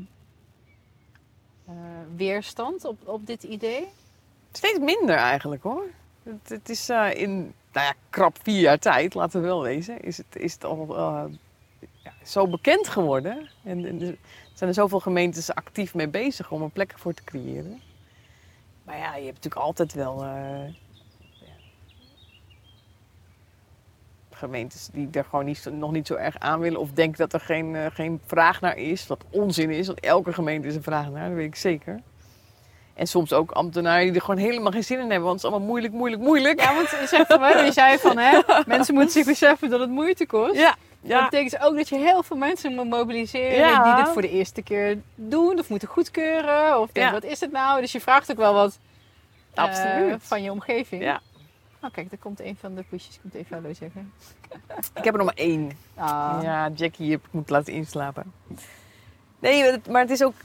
uh, weerstand op, op dit idee? Steeds minder eigenlijk hoor. Het, het is uh, in nou ja, krap vier jaar tijd, laten we wel wezen, is het, is het al uh, ja, zo bekend geworden. En, en er zijn er zoveel gemeentes actief mee bezig om er plekken voor te creëren. Maar ja, je hebt natuurlijk altijd wel uh, ja, gemeentes die er gewoon niet, nog niet zo erg aan willen. Of denken dat er geen, uh, geen vraag naar is. Wat onzin is, want elke gemeente is een vraag naar, dat weet ik zeker. En soms ook ambtenaren die er gewoon helemaal geen zin in hebben. Want het is allemaal moeilijk, moeilijk, moeilijk. Ja, want je zegt van, hè, je zei van, hè, mensen moeten zich beseffen dat het moeite kost. Ja, ja. Dat betekent ook dat je heel veel mensen moet mobiliseren Ja. die dit voor de eerste keer doen of moeten goedkeuren. Of denken, Ja. wat is het nou? Dus je vraagt ook wel wat uh, Absoluut. van je omgeving. Ja. Oh, kijk, daar komt een van de poesjes. Ik moet even hallo zeggen. Ik heb er nog maar één. Ah. Ja, Jackie heb ik moet laten inslapen. Nee, het- maar het is ook...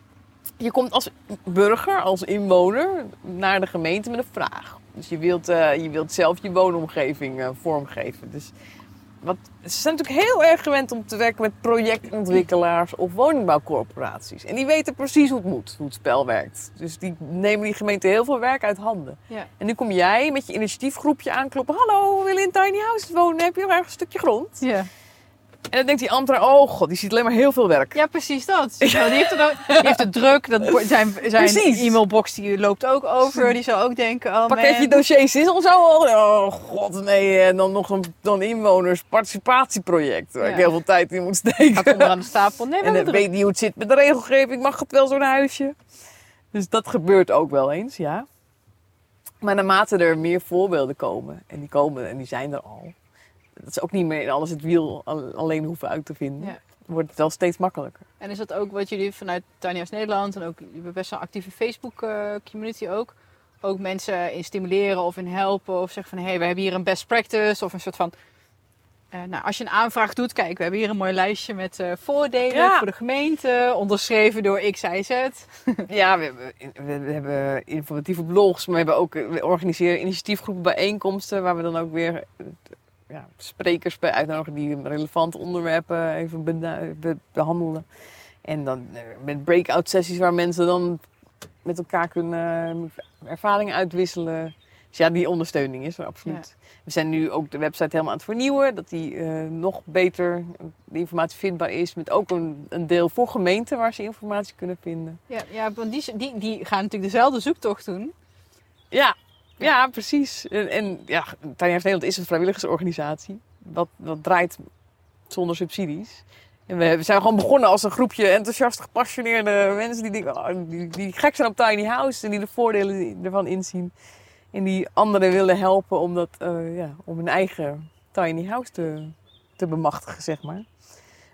Je komt als burger, als inwoner, naar de gemeente met een vraag. Dus je wilt, uh, je wilt zelf je woonomgeving uh, vormgeven. Dus wat, ze zijn natuurlijk heel erg gewend om te werken met projectontwikkelaars of woningbouwcorporaties. En die weten precies hoe het moet, hoe het spel werkt. Dus die nemen die gemeente heel veel werk uit handen. Ja. En nu kom jij met je initiatiefgroepje aankloppen. Hallo, we willen in tiny houses wonen. Heb je nog ergens een stukje grond? Ja. En dan denkt die ambtenaar, oh god, die ziet alleen maar heel veel werk. ja, precies dat. Nou, die, heeft het ook, die heeft het druk. Dat, wordt- zijn zijn Precies. e-mailbox die loopt ook over. Die zal ook denken, oh Pakketje man. dossiers is al zo al. Oh god, nee. En dan nog een dan inwonersparticipatieproject. Waar Ja. ik heel veel tijd in moet steken. Gaat onderaan de stapel. Nee, we En hebben dan druk. weet niet hoe het zit met de regelgeving. Mag het wel zo'n huisje? Dus dat gebeurt ook wel eens, ja. Maar naarmate er meer voorbeelden komen. En die komen en die zijn er al. Dat ze ook niet meer in alles het wiel al- alleen hoeven uit te vinden. Ja. Wordt het wel steeds makkelijker. En is dat ook wat jullie vanuit Tiny House Nederland en ook, je hebt best wel een actieve Facebook eh, community ook, ook mensen in stimuleren of in helpen of zeggen van hé, hey, we hebben hier een best practice of een soort van, eh, nou als je een aanvraag doet, kijk, we hebben hier een mooi lijstje met eh, voordelen Ja. voor de gemeente, onderschreven door X, Y, Z. Ja, we hebben, we, we hebben informatieve blogs, maar we, hebben ook, we organiseren initiatiefgroepen bijeenkomsten waar we dan ook weer ja, sprekers bij uitnodigen die relevante onderwerpen even bena- be- behandelen. En dan eh, met breakout sessies waar mensen dan met elkaar kunnen eh, ervaringen uitwisselen. Dus ja, die ondersteuning is er absoluut. We zijn nu ook de website helemaal aan het vernieuwen, dat die eh, nog beter de informatie vindbaar is. Met ook een, een deel voor gemeenten waar ze informatie kunnen vinden. Ja, ja, want die, die, die gaan natuurlijk dezelfde zoektocht doen. Ja, ja, precies. En, en ja, Tiny House Nederland is een vrijwilligersorganisatie. Wat, wat draait zonder subsidies. En we, we zijn gewoon begonnen als een groepje enthousiast gepassioneerde mensen die, denken, oh, die, die gek zijn op Tiny House en die de voordelen ervan inzien. En die anderen willen helpen om, dat, uh, ja, om hun eigen Tiny House te, te bemachtigen, zeg maar.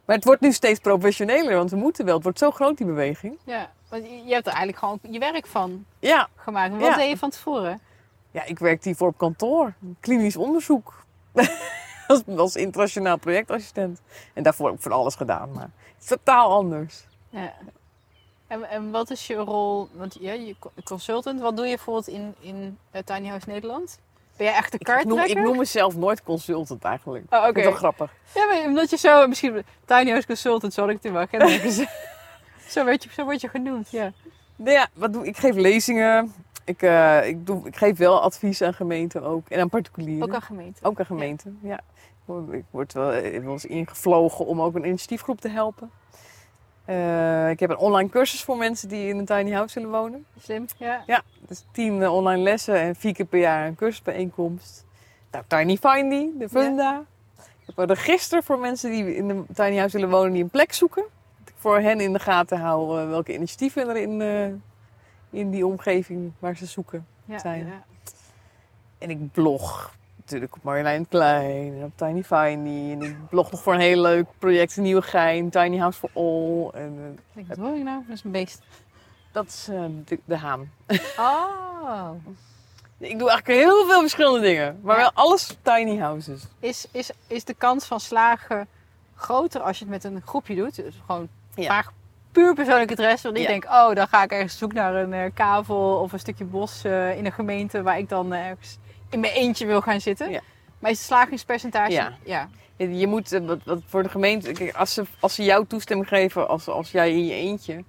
Maar het wordt nu steeds professioneler, want we moeten wel. Het wordt zo groot, die beweging. Ja, want je je hebt er eigenlijk gewoon je werk van Ja, gemaakt. Wat Ja. deed je van tevoren? ja ik werkte hiervoor op kantoor. Klinisch onderzoek. als, als internationaal projectassistent. En daarvoor heb ik van alles gedaan, maar het is totaal anders. Ja. En, en wat is je rol? Want ja, je co- consultant, wat doe je bijvoorbeeld in, in uh, Tiny House Nederland? Ben jij echt de Ik noem, kaarttrekker? ik noem mezelf nooit consultant eigenlijk. Oh, Ik oké. vind het wel grappig. Ja, maar omdat je zo, misschien Tiny House consultant, zal ik het in mijn agenda gezet. Zo word je, zo word je genoemd, ja. Nou ja, wat doe ik? Ik geef lezingen. Ik, eh, ik, doe, ik geef wel advies aan gemeenten ook. En aan particulieren. Ook aan gemeente. Ook aan gemeenten, ja. Ik word wel, ik wel eens ingevlogen om ook een initiatiefgroep te helpen. Uh, ik heb een online cursus voor mensen die in een tiny house willen wonen. Slim, ja. Ja, dus tien uh, online lessen en vier keer per jaar een cursusbijeenkomst. Nou, Tiny Findy, de Funda. Ja. Ik heb een register voor mensen die in een tiny house willen wonen die een plek zoeken. Dat ik voor hen in de gaten hou uh, welke initiatieven er in, uh, in die omgeving waar ze zoeken ja, zijn. Ja. En ik blog natuurlijk op Marjolein Klein en op Tiny Findy. En ik blog nog voor een heel leuk project, een Nieuwegein, Tiny House for All. En, uh, wat hoor je nou? Dat is een beest. Dat is uh, de, de haan. Oh. Ik doe eigenlijk heel veel verschillende dingen, maar ja. wel alles tiny houses. Is, is, is de kans van slagen groter als je het met een groepje doet? Dus gewoon ja. vaak puur persoonlijk interesse. Want ik ja. denk, oh, dan ga ik ergens zoeken naar een uh, kavel of een stukje bos uh, in een gemeente waar ik dan uh, ergens in mijn eentje wil gaan zitten. Ja. Maar is het slagingspercentage? Ja. ja. Je moet, uh, wat, wat voor de gemeente, kijk, als ze, als ze jou toestemming geven als, als jij in je eentje.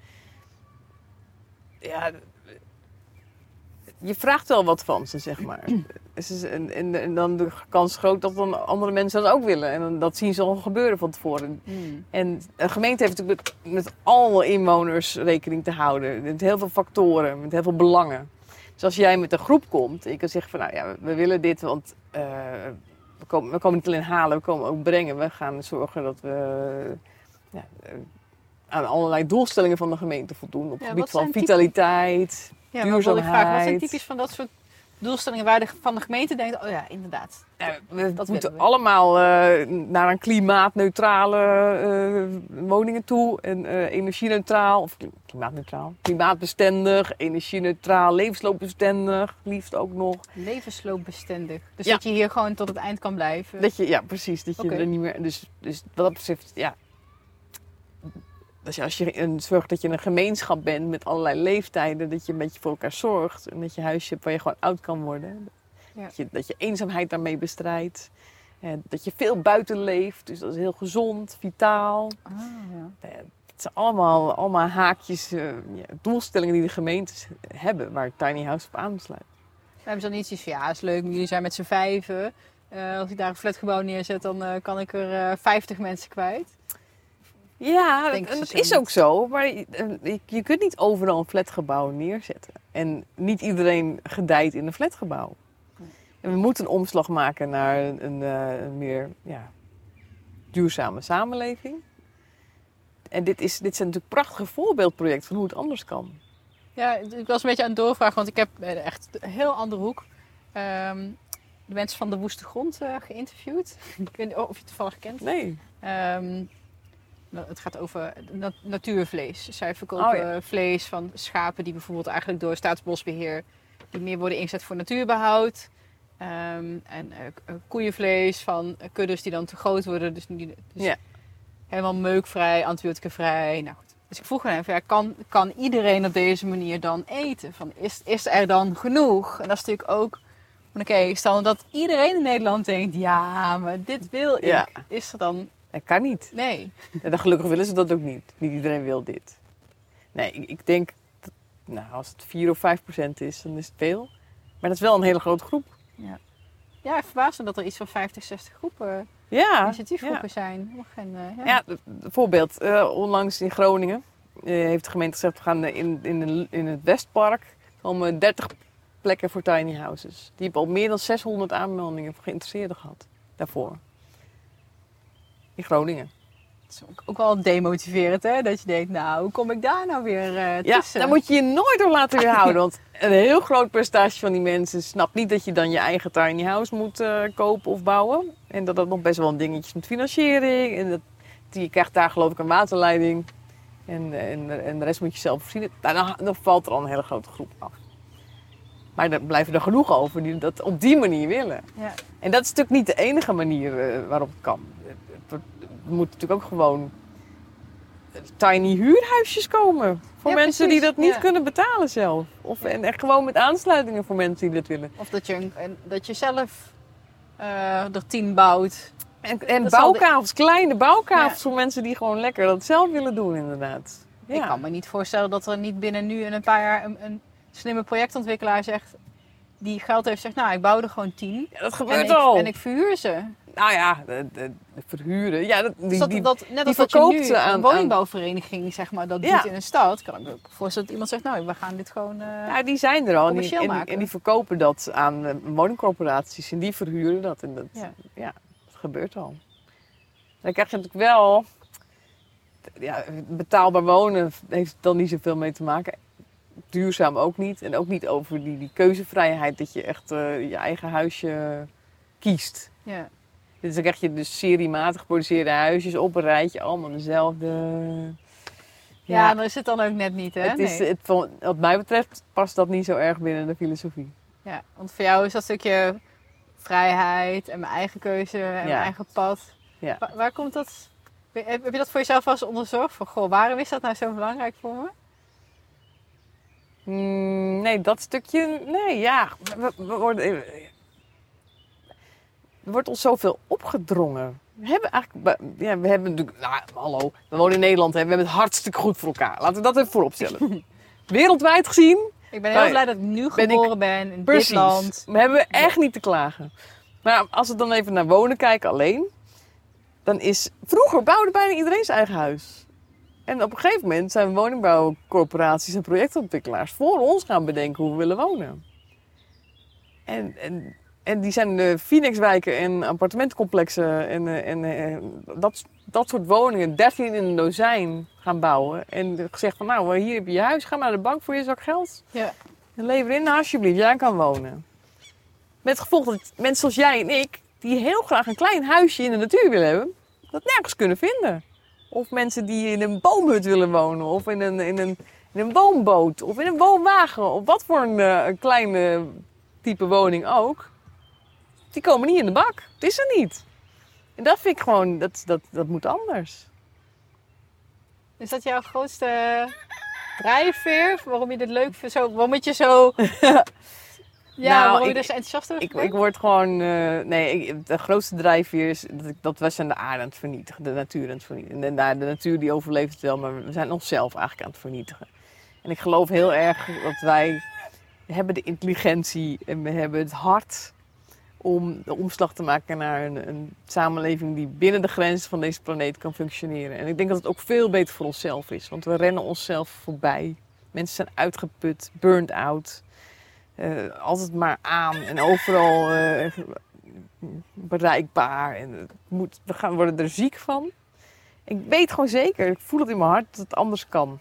Ja, je vraagt wel wat van ze, zeg maar. En, en, en dan de kans groot dat dan andere mensen dat ook willen. En dan, dat zien ze al gebeuren van tevoren. Hmm. En een gemeente heeft natuurlijk met, met alle inwoners rekening te houden. Met heel veel factoren, met heel veel belangen. Dus als jij met een groep komt en je kan zeggen van nou ja, we willen dit, want uh, we, komen, we komen niet alleen halen, we komen ook brengen. We gaan zorgen dat we ja, aan allerlei doelstellingen van de gemeente voldoen. Op het ja, gebied van vitaliteit, ja, duurzaamheid. Vraag, wat zijn typisch van dat soort doelstellingen waar de, van de gemeente denkt, oh ja, inderdaad. Ja, we dat moeten we. allemaal uh, naar een klimaatneutrale uh, woningen toe. En uh, energieneutraal, of klimaatneutraal, klimaatbestendig, energieneutraal, levensloopbestendig, liefst ook nog. Levensloopbestendig. Dus ja. dat je hier gewoon tot het eind kan blijven. Dat je, ja, precies. Dat je okay. er niet meer. Dus, dus wat dat betreft, ja. Dus als je een, zorgt dat je een gemeenschap bent met allerlei leeftijden, dat je een beetje voor elkaar zorgt en dat je huisje hebt waar je gewoon oud kan worden. Ja. Dat, je, dat je eenzaamheid daarmee bestrijdt. En dat je veel buiten leeft, dus dat is heel gezond, vitaal. Ah, ja. Het zijn allemaal, allemaal haakjes, uh, ja, doelstellingen die de gemeentes hebben waar Tiny House op aansluit. We hebben ze dan niet zoiets van, ja, is leuk, maar jullie zijn met z'n vijven. Uh, als ik daar een flatgebouw neerzet, dan uh, kan ik er uh, vijftig mensen kwijt. Ja, en dat, dat is niet. Ook zo. Maar je, je kunt niet overal een flatgebouw neerzetten. En niet iedereen gedijt in een flatgebouw. Nee. En we moeten een omslag maken naar een, een, een meer ja, duurzame samenleving. En dit, is, dit zijn natuurlijk prachtige voorbeeldprojecten van hoe het anders kan. Ja, ik was een beetje aan het doorvragen, want ik heb echt een heel andere hoek. Um, de mensen van de Woeste Grond uh, geïnterviewd. Ik weet niet of je het toevallig kent. Nee. Um, Het gaat over nat- natuurvlees. Zij verkopen oh, ja. vlees van schapen die bijvoorbeeld eigenlijk door Staatsbosbeheer die meer worden ingezet voor natuurbehoud. Um, en uh, koeienvlees van kuddes die dan te groot worden. Dus, die, dus ja. helemaal meukvrij, antibioticavrij. Nou goed. Dus ik vroeg aan hem, ja, kan, kan iedereen op deze manier dan eten? Van, is, is er dan genoeg? En dat is natuurlijk ook... Oké, okay, stel dat iedereen in Nederland denkt, ja, maar dit wil ik. Ja. Is er dan... Dat kan niet. Nee. En dan gelukkig willen ze dat ook niet. Niet iedereen wil dit. Nee, ik, ik denk, dat, nou, als het vier of vijf procent is, dan is het veel. Maar dat is wel een hele grote groep. Ja, ja ik verbaas me dat er iets van vijftig, zestig groepen, ja, initiatiefgroepen ja. zijn. Geen, uh, ja, ja bijvoorbeeld, uh, onlangs in Groningen uh, heeft de gemeente gezegd, we gaan in, in, de, in het Westpark komen dertig plekken voor tiny houses. Die hebben al meer dan zeshonderd aanmeldingen van geïnteresseerden gehad daarvoor. In Groningen. Dat is ook, ook wel demotiverend, hè? Dat je denkt, nou, hoe kom ik daar nou weer uh, tussen? Ja, daar moet je je nooit door laten weerhouden. Want een heel groot percentage van die mensen snapt niet dat je dan je eigen tiny house moet uh, kopen of bouwen. En dat dat nog best wel een dingetje is met financiering. En dat, je krijgt daar geloof ik een waterleiding. En, en, en de rest moet je zelf voorzien. Nou, dan, dan valt er al een hele grote groep af. Maar er blijven er genoeg over die dat op die manier willen. Ja. En dat is natuurlijk niet de enige manier uh, waarop het kan. Er moeten natuurlijk ook gewoon tiny huurhuisjes komen. Voor Ja, mensen precies. die dat niet Ja. kunnen betalen zelf. Of, en echt gewoon met aansluitingen voor mensen die dat willen. Of dat je, een, een- dat je zelf uh, er tien bouwt. En, en Dat zal de- bouwkavels, kleine bouwkavels Ja. voor mensen die gewoon lekker dat zelf willen doen inderdaad. Ja. Ik kan me niet voorstellen dat er niet binnen nu in een paar jaar een, een slimme projectontwikkelaar zegt, die geld heeft, zegt, nou, ik bouw er gewoon tien. Ja, dat En gebeurt ik, al. en ik verhuur ze. Nou ja, de, de, de verhuren. Ja, dat, die, Dus dat, die, dat, net die als dat je verkoopt nu ze aan- een woningbouwvereniging zeg maar, dat Ja. doet in een stad, kan ik me ook voorstellen dat iemand zegt, nou, we gaan dit gewoon... uh, ja, die zijn er al. En die, commercieel en, maken. en die verkopen dat aan uh, woningcorporaties. En die verhuren dat. En dat, ja. Ja. dat gebeurt al. Dan krijg je natuurlijk wel... Ja, betaalbaar wonen heeft dan niet zoveel mee te maken. Duurzaam ook niet. En ook niet over die, die keuzevrijheid dat je echt uh, je eigen huisje kiest. ja. Dus dan krijg je dus seriematig geproduceerde huisjes op een rijtje. Allemaal dezelfde... Ja, en dat is het dan ook net niet, hè? Het is, Nee. het, wat mij betreft past dat niet zo erg binnen de filosofie. Ja, want voor jou is dat stukje vrijheid en mijn eigen keuze en Ja. mijn eigen pad. Ja. Waar, waar komt dat? Heb heb je dat voor jezelf wel eens onderzocht? Van, goh, waarom is dat nou zo belangrijk voor me? Mm, nee, dat stukje... Nee, ja. We, we worden, er wordt ons zoveel opgedrongen. We hebben eigenlijk... Ja, we hebben natuurlijk... Nou, hallo. We wonen in Nederland. Hè, we hebben het hartstikke goed voor elkaar. Laten we dat even voorop stellen. Wereldwijd gezien... Ik ben heel Nee. blij dat ik nu Ben ik- geboren ben in Precies. dit land. We hebben echt niet te klagen. Maar als we dan even naar wonen kijken alleen... Dan is... Vroeger bouwde bijna iedereen zijn eigen huis. En op een gegeven moment zijn woningbouwcorporaties en projectontwikkelaars voor ons gaan bedenken hoe we willen wonen. En, en, en die zijn de Phoenixwijken en appartementencomplexen en, eh, en eh, dat, dat soort woningen, dertien in een dozijn gaan bouwen. En gezegd van nou, hier heb je je huis, ga maar naar de bank voor je zak geld. Ja. En lever in, nou, alsjeblieft, jij kan wonen. Met het gevolg dat mensen zoals jij en ik, die heel graag een klein huisje in de natuur willen hebben, dat nergens kunnen vinden. Of mensen die in een boomhut willen wonen, of in een, in een, in een woonboot, of in een woonwagen, of wat voor een, uh, een kleine type woning ook. Die komen niet in de bak. Het is er niet. En dat vind ik gewoon, dat, dat, dat moet anders. Is dat jouw grootste drijfveer? Waarom je dit leuk vindt? Zo, waarom je zo... Ja, Nou, waarom je ik- er zo enthousiast over Ik, bent? ik word gewoon, uh, nee, ik, de grootste drijfveer is dat, ik, dat we zijn de aarde aan het vernietigen, de natuur aan het vernietigen. En de, de natuur die overleeft het wel, maar we zijn onszelf eigenlijk aan het vernietigen. En ik geloof heel erg dat wij, we hebben de intelligentie en we hebben het hart om de omslag te maken naar een, een samenleving die binnen de grenzen van deze planeet kan functioneren. En ik denk dat het ook veel beter voor onszelf is, want we rennen onszelf voorbij. Mensen zijn uitgeput, burned out. Uh, altijd maar aan en overal uh, bereikbaar. En het moet, we gaan, worden er ziek van. Ik weet gewoon zeker, ik voel het in mijn hart, dat het anders kan.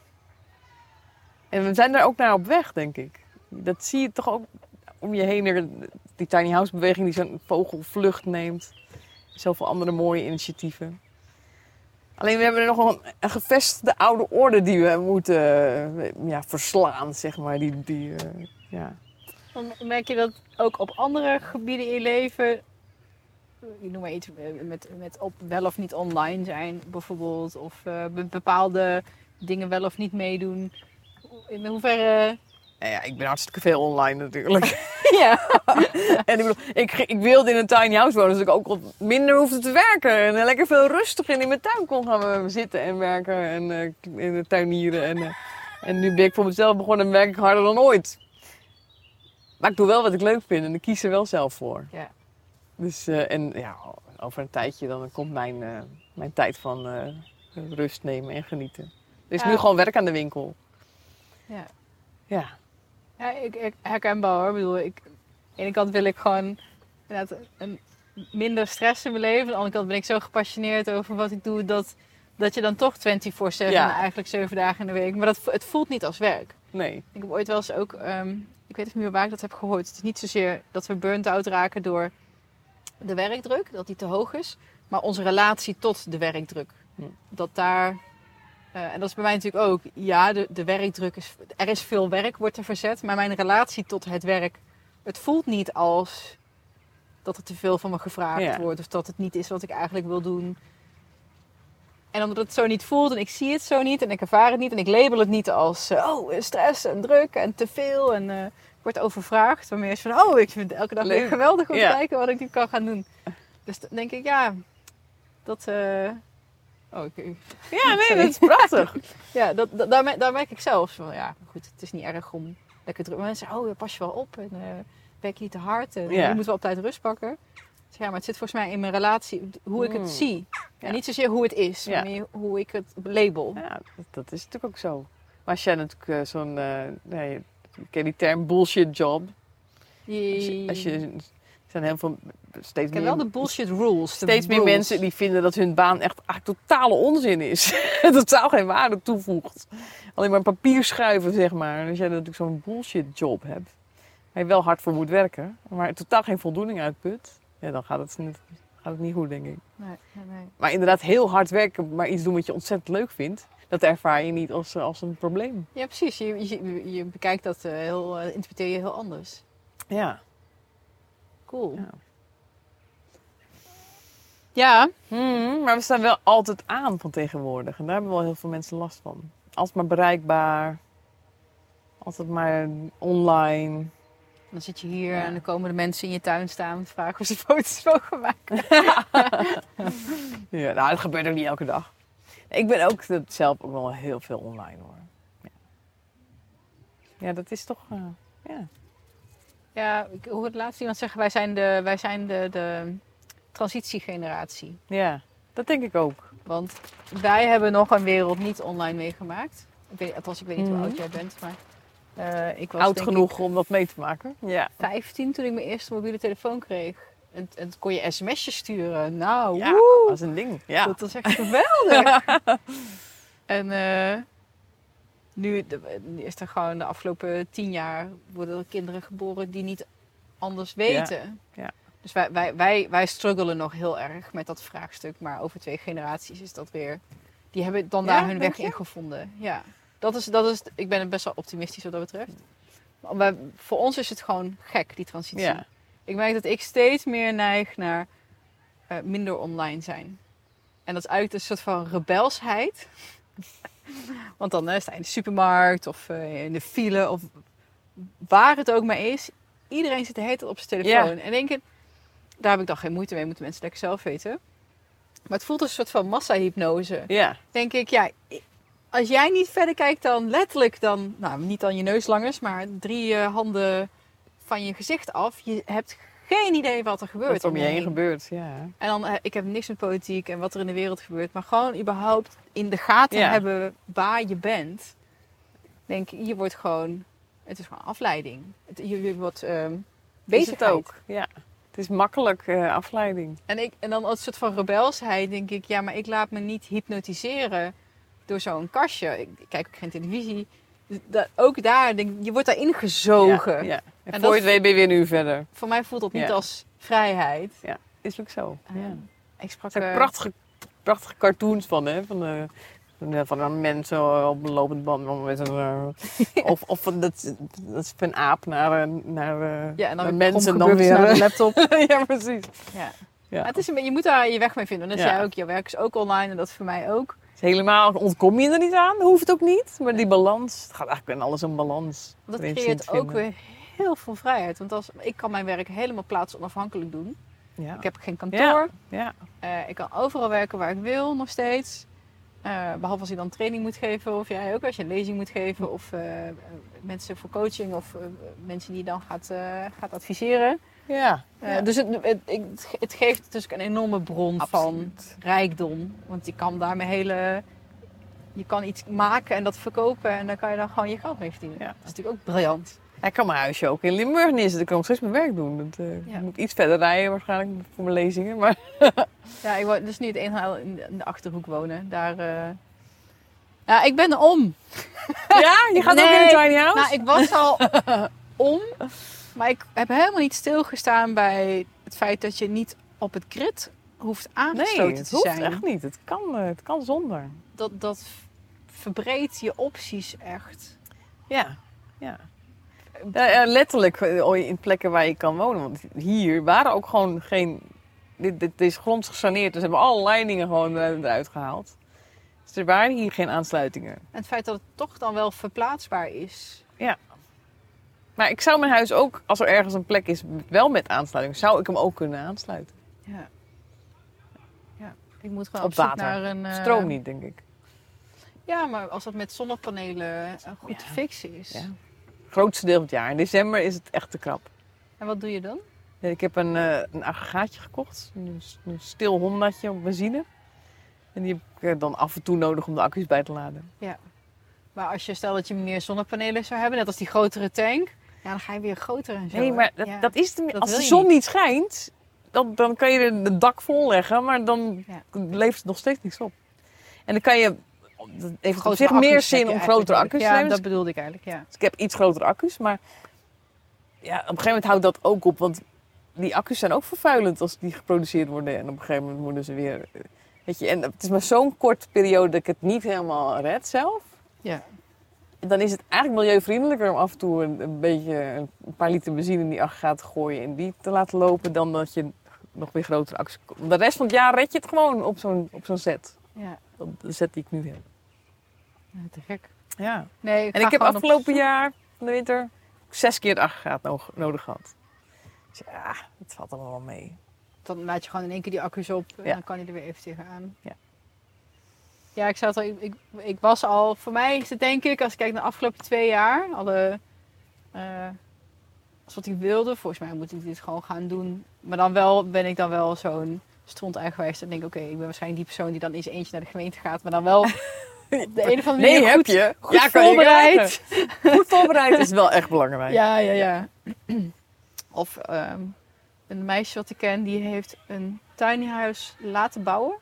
En we zijn daar ook naar op weg, denk ik. Dat zie je toch ook om je heen. Er, die tiny house beweging die zo'n vogelvlucht neemt. Zoveel andere mooie initiatieven. Alleen we hebben er nog een, een gevestigde oude orde die we moeten uh, ja, verslaan, zeg maar. Die, die, uh, ja. Merk je dat ook op andere gebieden in je leven, ik noem maar iets, met, met op wel of niet online zijn bijvoorbeeld, of uh, bepaalde dingen wel of niet meedoen? In hoeverre... Nou ja, ik ben hartstikke veel online natuurlijk. Ja. En ik bedoel, ik, ik wilde in een tiny house wonen, dus ik ook wat minder hoefde te werken. En lekker veel rustiger in mijn tuin kon gaan zitten en werken en uh, in de tuinieren. En, uh, en nu ben ik voor mezelf begonnen en werk ik harder dan ooit. Maar ik doe wel wat ik leuk vind en ik kies er wel zelf voor. Ja. Dus, uh, en ja, over een tijdje dan komt mijn, uh, mijn tijd van uh, rust nemen en genieten. Er is Ja. nu gewoon werk aan de winkel. Ja. Ja. Ja, ik, ik herkenbaar hoor. Ik bedoel, ik, aan de ene kant wil ik gewoon inderdaad een, minder stress in mijn leven. Aan de andere kant ben ik zo gepassioneerd over wat ik doe, dat, dat je dan toch vierentwintig zeven, Ja. eigenlijk zeven dagen in de week. Maar dat, het voelt niet als werk. Nee. Ik heb ooit wel eens ook, um, ik weet niet meer waar ik dat heb gehoord. Het is niet zozeer dat we burnt-out raken door de werkdruk, dat die te hoog is. Maar onze relatie tot de werkdruk. Hm. Dat daar... Uh, en dat is bij mij natuurlijk ook. Ja, de, de werkdruk is... Er is veel werk, wordt er verzet. Maar mijn relatie tot het werk... Het voelt niet als... dat er te veel van me gevraagd Ja. wordt. Of dat het niet is wat ik eigenlijk wil doen. En omdat het zo niet voelt en ik zie het zo niet en ik ervaar het niet en ik label het niet als uh, oh, stress en druk en te veel en uh, ik word overvraagd. Maar meer is van oh, ik vind het elke dag weer geweldig om ja. te kijken wat ik nu kan gaan doen. Dus dan denk ik, ja, dat... Uh... Oh, ik... Ja, nee, dat is prachtig. ja, dat, dat, daar, daar merk ik zelf van, ja, goed, het is niet erg om lekker druk... Maar mensen zeggen, oh, je pas je wel op en uh, werk je niet te hard en ja. je moet wel op tijd rust pakken. Dus ja, maar het zit volgens mij in mijn relatie, hoe ik het mm. zie. Ja. En niet zozeer hoe het is, maar ja. meer hoe ik het label. Ja, dat, dat is natuurlijk ook zo. Maar als jij natuurlijk uh, zo'n, uh, nee, ik ken die term bullshit job. Als je, als je, er zijn heel veel, steeds ik ken meer... wel de bullshit rules. Steeds meer rules. mensen die vinden dat hun baan echt eigenlijk totale onzin is. Totaal geen waarde toevoegt. Alleen maar papier schuiven, zeg maar. En als jij natuurlijk zo'n bullshit job hebt, waar je wel hard voor moet werken, maar totaal geen voldoening uitput, ja, dan gaat het, niet, gaat het niet goed, denk ik. Nee, nee, nee. Maar inderdaad, heel hard werken, maar iets doen wat je ontzettend leuk vindt, dat ervaar je niet als, als een probleem. Ja, precies. Je, je, je bekijkt dat uh, heel, uh, interpreteer je heel anders. Ja. Cool. Ja. ja. Hmm, maar we staan wel altijd aan van tegenwoordig. En daar hebben wel heel veel mensen last van. Altijd maar bereikbaar. Altijd maar online. Dan zit je hier ja. en dan komen de mensen in je tuin staan en vragen of ze foto's mogen maken. ja, nou, dat gebeurt ook niet elke dag. Ik ben ook zelf ook wel heel veel online hoor. Ja, ja dat is toch... Uh, ja. ja, ik hoorde laatst iemand zeggen, wij zijn de, wij zijn de, de transitiegeneratie. Ja, dat denk ik ook. Want wij hebben nog een wereld niet online meegemaakt. Ik weet, althans, ik weet niet mm-hmm. hoe oud jij bent, maar... Uh, ik was oud denk genoeg ik, om dat mee te maken. Ja. vijftien toen ik mijn eerste mobiele telefoon kreeg. En, en toen kon je sms'jes sturen. Nou, ja, woe, dat was een ding. Ja. Dat was echt geweldig. en uh, nu, de, nu is er gewoon de afgelopen tien jaar worden er kinderen geboren die niet anders weten. Ja. Ja. Dus wij, wij, wij, wij struggelen nog heel erg met dat vraagstuk. Maar over twee generaties is dat weer... Die hebben dan daar ja, hun weg in gevonden. Ja. Dat is, dat is, ik ben best wel optimistisch wat dat betreft. Maar voor ons is het gewoon gek, die transitie. Ja. Ik merk dat ik steeds meer neig naar uh, minder online zijn. En dat is eigenlijk een soort van rebelsheid. Want dan uh, sta je in de supermarkt of uh, in de file of waar het ook maar is. Iedereen zit de hele tijd op zijn telefoon. Ja. En denk ik, daar heb ik dan geen moeite mee, moeten mensen lekker zelf weten. Maar het voelt als een soort van massahypnose. Ja. Denk ik, ja... Als jij niet verder kijkt dan letterlijk dan, nou niet aan je neuslangers, maar drie uh, handen van je gezicht af. Je hebt geen idee wat er gebeurt. Wat er om je heen gebeurt, ja. En dan, uh, ik heb niks met politiek en wat er in de wereld gebeurt. Maar gewoon überhaupt in de gaten ja. hebben waar je bent. Denk je wordt gewoon, het is gewoon afleiding. Het, je, je wordt um, bezigheid. ook, ja. Het is makkelijk uh, afleiding. En, ik, en dan als een soort van rebelsheid denk ik, ja maar ik laat me niet hypnotiseren door zo'n kastje. Ik kijk ook geen televisie. Dat, ook daar, denk, je wordt daarin gezogen. Ja, ja. En, en voor je het weet ben je weer nu verder. Voor mij voelt dat niet ja. als vrijheid. Ja, is ook zo. Uh, ja. Ik sprak... Er zijn uh, prachtige, prachtige cartoons van, hè. Van, uh, van, van een mens op een lopend band. Met een, uh, of of van, dat, dat is van een aap naar, naar, uh, ja, en dan naar mensen dan weer naar de laptop. ja, precies. Ja. Ja. Het is een, je moet daar je weg mee vinden. En dat is ja. jij ook. Jouw werk is ook online en dat is voor mij ook. Helemaal ontkom je er niet aan, hoeft het ook niet. Maar die balans, het gaat eigenlijk in alles om balans. Dat creëert ook weer heel veel vrijheid. Want als, ik kan mijn werk helemaal plaatsonafhankelijk doen. Ja. Ik heb geen kantoor. Ja. Ja. Uh, ik kan overal werken waar ik wil, nog steeds. Uh, behalve als ik dan training moet geven. Of jij ook als je een lezing moet geven. Of uh, mensen voor coaching. Of uh, mensen die je dan gaat, uh, gaat adviseren. Ja. Uh, ja. Dus het, het, het, het geeft dus een enorme bron Absoluut. van rijkdom. Want je kan daarmee hele... Je kan iets maken en dat verkopen en dan kan je dan gewoon je geld mee verdienen. Ja. Dat is natuurlijk ook briljant. Ja, ik kan mijn huisje ook in Limburg neerzetten. Ik kan nog steeds mijn werk doen. Dat, uh, ja. Ik moet iets verder rijden waarschijnlijk voor mijn lezingen. Maar ja, ik woon dus nu het eenmaal in de Achterhoek wonen. Daar... Uh... Ja, ik ben om. Ja? Je gaat nee, ook in een tiny house? Nou, ik was al om. Maar ik heb helemaal niet stilgestaan bij het feit dat je niet op het grid hoeft Nee, aangesloten het te hoeft zijn. echt niet. Het kan, uh, het kan zonder. Dat, dat verbreedt je opties echt. Ja, ja. Ja, ja, letterlijk in plekken waar je kan wonen. Want hier waren ook gewoon geen... Dit, dit is gronds gesaneerd, dus hebben alle leidingen gewoon eruit gehaald. Dus er waren hier geen aansluitingen. En het feit dat het toch dan wel verplaatsbaar is. Ja. Maar ik zou mijn huis ook, als er ergens een plek is, wel met aansluiting, zou ik hem ook kunnen aansluiten. Ja. Ja. Ik moet gewoon Op op zoek water. naar een... Uh... Stroom niet, denk ik. Ja, maar als dat met zonnepanelen een goed Ja. te fixen is. Ja. Het grootste deel van het jaar. In december is het echt te krap. En wat doe je dan? Ja, ik heb een, uh, een aggregaatje gekocht. Een, een stil Hondaatje op benzine. En die heb ik dan af en toe nodig om de accu's bij te laden. Ja. Maar als je stel dat je meer zonnepanelen zou hebben, net als die grotere tank, ja, dan ga je weer groter en zo. Nee, maar dat, ja. dat is het. Dat Als wil de je zon niet. niet schijnt, dan, dan kan je er het dak vol leggen, maar dan Ja. levert het nog steeds niks op. En dan kan je, dat heeft op Grotere zich meer accu's heb zin je om eigenlijk grotere nodig. accu's te Ja, nemen. dat bedoelde ik eigenlijk, ja. Dus ik heb iets grotere accu's, maar ja, op een gegeven moment houdt dat ook op, want die accu's zijn ook vervuilend als die geproduceerd worden en op een gegeven moment worden ze weer, weet je, en het is maar zo'n korte periode dat ik het niet helemaal red zelf. Ja. Dan is het eigenlijk milieuvriendelijker om af en toe een, een beetje een paar liter benzine in die aggregaat te gooien en die te laten lopen dan dat je nog weer grotere accu's koopt. De rest van het jaar red je het gewoon op zo'n, op zo'n set. Ja. Op de set die ik nu heb. Ja, te gek. Ja. Nee, En ga ik heb gewoon op afgelopen zoek. jaar van de winter zes keer het aggregaat nog, nodig gehad. Dus ja, het valt allemaal wel mee. Dan laat je gewoon in één keer die accu's op en Ja. dan kan je er weer even tegenaan. Ja. Ja, ik zou het al, ik, ik, ik was al, voor mij is het denk ik, als ik kijk naar de afgelopen twee jaar, alle, uh, als wat ik wilde, volgens mij moet ik dit gewoon gaan doen. Maar dan wel, ben ik dan wel zo'n stront eigenwijs. Dan denk ik, oké, okay, ik ben waarschijnlijk die persoon die dan eens eentje naar de gemeente gaat, maar dan wel op de een of andere manier Nee, goed, heb je. goed Ja, kan je voorbereid. Goed voorbereid is wel echt belangrijk. Ja, ja, ja. Of um, een meisje wat ik ken, die heeft een tiny huis laten bouwen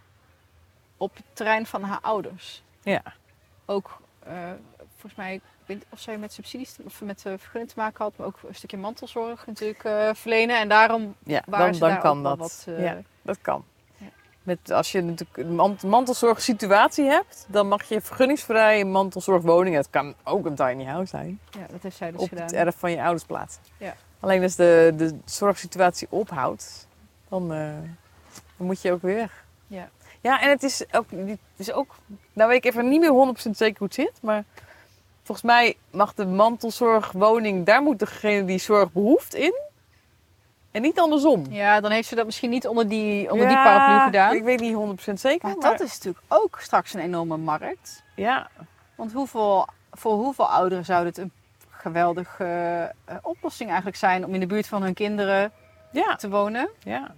op het terrein van haar ouders. Ja. Ook, uh, volgens mij, ik weet niet of zij met subsidies of met uh, vergunning te maken had, maar ook een stukje mantelzorg natuurlijk uh, verlenen. En daarom Ja, waren dan, ze dan daar kan ook wel dat. wat... Uh, ja, dat kan. Ja. Met, als je natuurlijk een mant- mantelzorgsituatie hebt, dan mag je vergunningsvrij een mantelzorgwoning, het kan ook een tiny house zijn, ja, dat heeft zij dus op gedaan. het erf van je ouders plaatsen. Ja. Alleen als de, de zorgsituatie ophoudt, dan, uh, dan moet je ook weer weg. Ja. Ja, en het is ook, het is ook, nou weet ik even niet meer honderd procent zeker hoe het zit, maar volgens mij mag de mantelzorgwoning, daar moet degene die zorg behoeft in en niet andersom. Ja, dan heeft ze dat misschien niet onder die, onder Ja, die paraplu gedaan. Ik weet niet honderd procent zeker. Maar Maar dat is natuurlijk ook straks een enorme markt. Ja, Want hoeveel, voor hoeveel ouderen zou dit een geweldige uh, oplossing eigenlijk zijn om in de buurt van hun kinderen ja, te wonen? ja.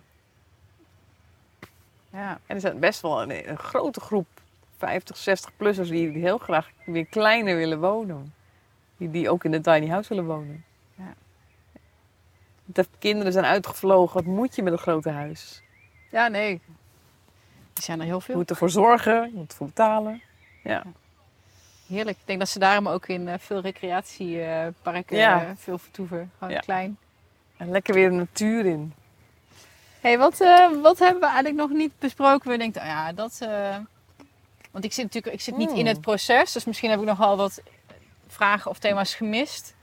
Ja. En er zijn best wel een, een grote groep vijftig, zestig-plussers die heel graag weer kleiner willen wonen. Die, die ook in de tiny house willen wonen. Ja. De kinderen zijn uitgevlogen. Wat moet je met een grote huis? Ja, nee. Er zijn er heel Je veel. moet ervoor zorgen, je moet ervoor betalen. Ja. Heerlijk. Ik denk dat ze daarom ook in uh, veel recreatieparken uh, Ja. uh, veel vertoeven. Gewoon Ja. klein. En lekker weer de natuur in. Hey, wat, uh, wat hebben we eigenlijk nog niet besproken? We denken, oh ja, dat... Uh... Want ik zit natuurlijk ik zit niet Mm. in het proces. Dus misschien heb ik nogal wat vragen of thema's gemist.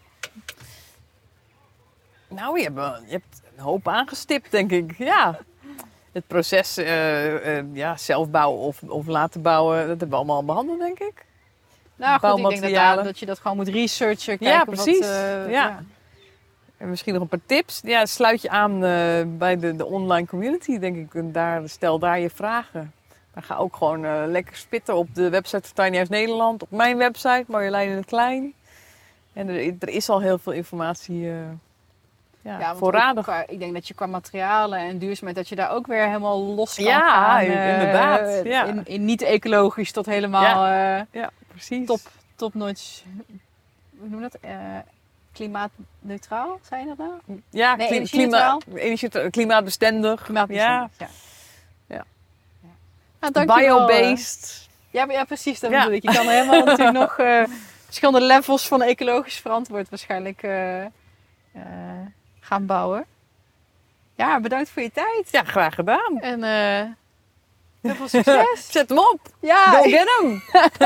Nou, je hebt, wel- je hebt een hoop aangestipt, denk ik. Ja. Het proces eh, eh, ja, zelf bouwen of, of laten bouwen, dat hebben we allemaal behandeld, denk ik. Nou goed, ik denk dat, Bouwmaterialen. daar- dat je dat gewoon moet researchen. Kijken Ja, precies. Wat, uh, Ja. En misschien nog een paar tips. Ja, sluit je aan eh, bij de, de online community, denk ik. En daar, stel daar je vragen. Maar ga ook gewoon eh, lekker spitten op de website van Tiny House Nederland. Op mijn website, Marjolein in het Klein. En er, er is al heel veel informatie uh, ja, Ja, want voorradig. ook qua- ik denk dat je qua materialen en duurzaamheid, dat je daar ook weer helemaal los kan Ja, gaan. eh, inderdaad, ja. In, in niet ecologisch tot helemaal eh, Ja, precies. top, top notch. Hoe noem je dat? Eh, klimaatneutraal, zei je dat nou? Ja, Nee, kli- energie-neutraal. klima- energie- klimaatbestendig. Klimaatbestendig, ja. Ja. ja. Nou, dankjewel, eh. Biobased. Ja, maar ja, precies. Dat Ja. bedoel ik. Je kan er helemaal natuurlijk nog eh, verschillende levels van ecologisch verantwoord waarschijnlijk eh, eh, gaan bouwen. Ja, bedankt voor je tijd. Ja, graag gedaan. En uh, heel veel succes. Zet hem op. Ja. Go get hem.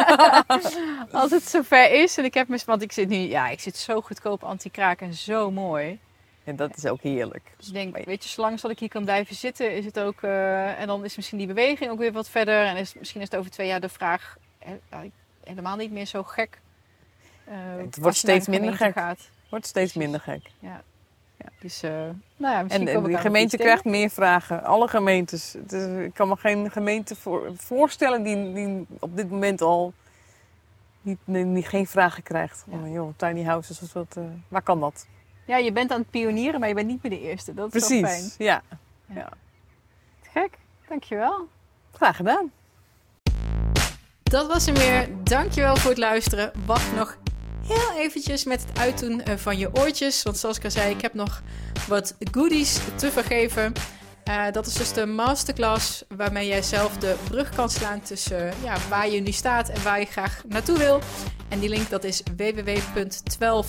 Als het zover is. En ik heb mis, want ik zit nu, ja, ik zit zo goedkoop anti-kraak en zo mooi. En dat is ook heerlijk. Dus ik denk, weet je, zolang als ik hier kan blijven zitten, is het ook... Uh, en dan is misschien die beweging ook weer wat verder. En is, misschien is het over twee jaar de vraag he, helemaal niet meer zo gek. Uh, het wordt steeds minder gek. Gaat. wordt steeds minder gek. Ja. Ja, dus, uh, nou ja, misschien en en de gemeente krijgt meer vragen. Alle gemeentes. Het is, ik kan me geen gemeente voor, voorstellen die, die op dit moment al niet, niet, geen vragen krijgt. Ja. Oh, joh, tiny houses of wat. Uh, waar kan dat? Ja, je bent aan het pionieren, maar je bent niet meer de eerste. Dat is Precies, wel fijn. Ja. ja. ja. Gek, dankjewel. Graag gedaan. Dat was hem weer. Dankjewel voor het luisteren. Wacht nog heel eventjes met het uitdoen van je oortjes. Want zoals ik al zei, ik heb nog wat goodies te vergeven. Uh, dat is dus de masterclass waarmee jij zelf de brug kan slaan tussen uh, ja, waar je nu staat en waar je graag naartoe wil. En die link dat is w w w punt twaalf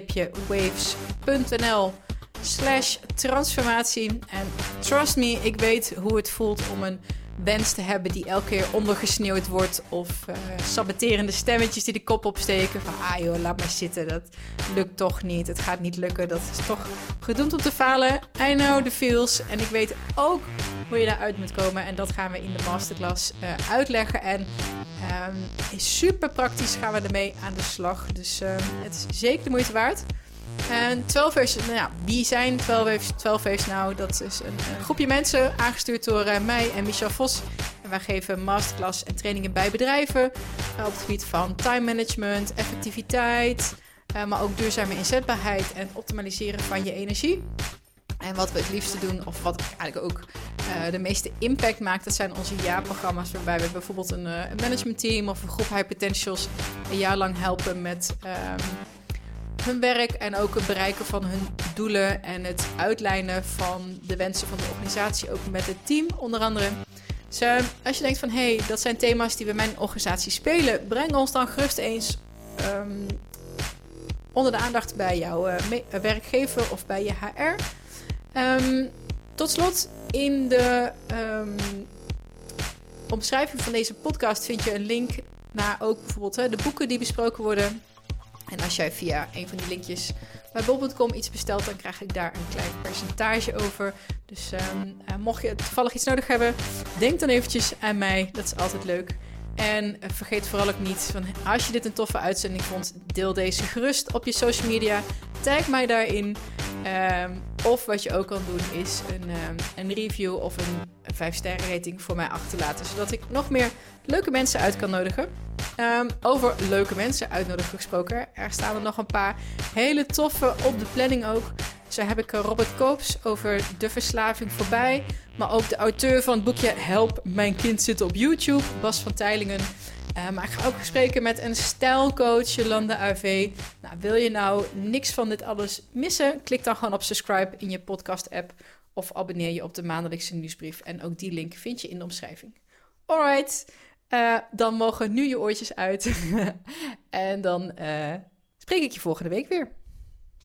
waves punt n l slash transformatie. En trust me, ik weet hoe het voelt om een wens te hebben die elke keer ondergesneeuwd wordt. Of uh, saboterende stemmetjes die de kop opsteken. Van ah joh, laat maar zitten. Dat lukt toch niet. Het gaat niet lukken. Dat is toch gedoemd om te falen. I know the feels. En ik weet ook hoe je daaruit moet komen. En dat gaan we in de masterclass uh, uitleggen. En um, super praktisch gaan we ermee aan de slag. Dus uh, het is zeker de moeite waard. En twaalf Waves, nou ja, wie zijn twaalf Waves? twaalf Waves nou, dat is een, een groepje mensen aangestuurd door uh, mij en Michel Vos. En wij geven masterclass en trainingen bij bedrijven uh, op het gebied van time management, effectiviteit, uh, maar ook duurzame inzetbaarheid en optimaliseren van je energie. En wat we het liefste doen, of wat eigenlijk ook uh, de meeste impact maakt, dat zijn onze jaarprogramma's. Waarbij we bijvoorbeeld een, uh, een managementteam of een groep high potentials een jaar lang helpen met Um, hun werk en ook het bereiken van hun doelen en het uitlijnen van de wensen van de organisatie, ook met het team onder andere. Dus uh, als je denkt van hé, hey, dat zijn thema's die bij mijn organisatie spelen, breng ons dan gerust eens um, onder de aandacht bij jouw uh, me- uh, werkgever of bij je H R. Um, tot slot, in de um, omschrijving van deze podcast vind je een link naar ook bijvoorbeeld hè, de boeken die besproken worden. En als jij via een van die linkjes bij bol punt com iets bestelt, dan krijg ik daar een klein percentage over. Dus um, uh, mocht je toevallig iets nodig hebben, denk dan eventjes aan mij. Dat is altijd leuk. En uh, vergeet vooral ook niet, van, als je dit een toffe uitzending vond, deel deze gerust op je social media. Tag mij daarin. Um, of wat je ook kan doen is een, um, een review of een, een vijf sterren rating voor mij achterlaten. Zodat ik nog meer leuke mensen uit kan nodigen. Um, over leuke mensen uitnodigen gesproken. Er staan er nog een paar hele toffe op de planning ook. Zo heb ik Robert Koops over de verslaving voorbij. Maar ook de auteur van het boekje Help, mijn kind zit op YouTube, Bas van Teylingen. Uh, maar ik ga ook spreken met een stijlcoach, Jolanda A V. Nou, wil je nou niks van dit alles missen? Klik dan gewoon op subscribe in je podcast-app. Of abonneer je op de maandelijkse nieuwsbrief. En ook die link vind je in de omschrijving. Alright, uh, dan mogen nu je oortjes uit. En dan uh, spreek ik je volgende week weer.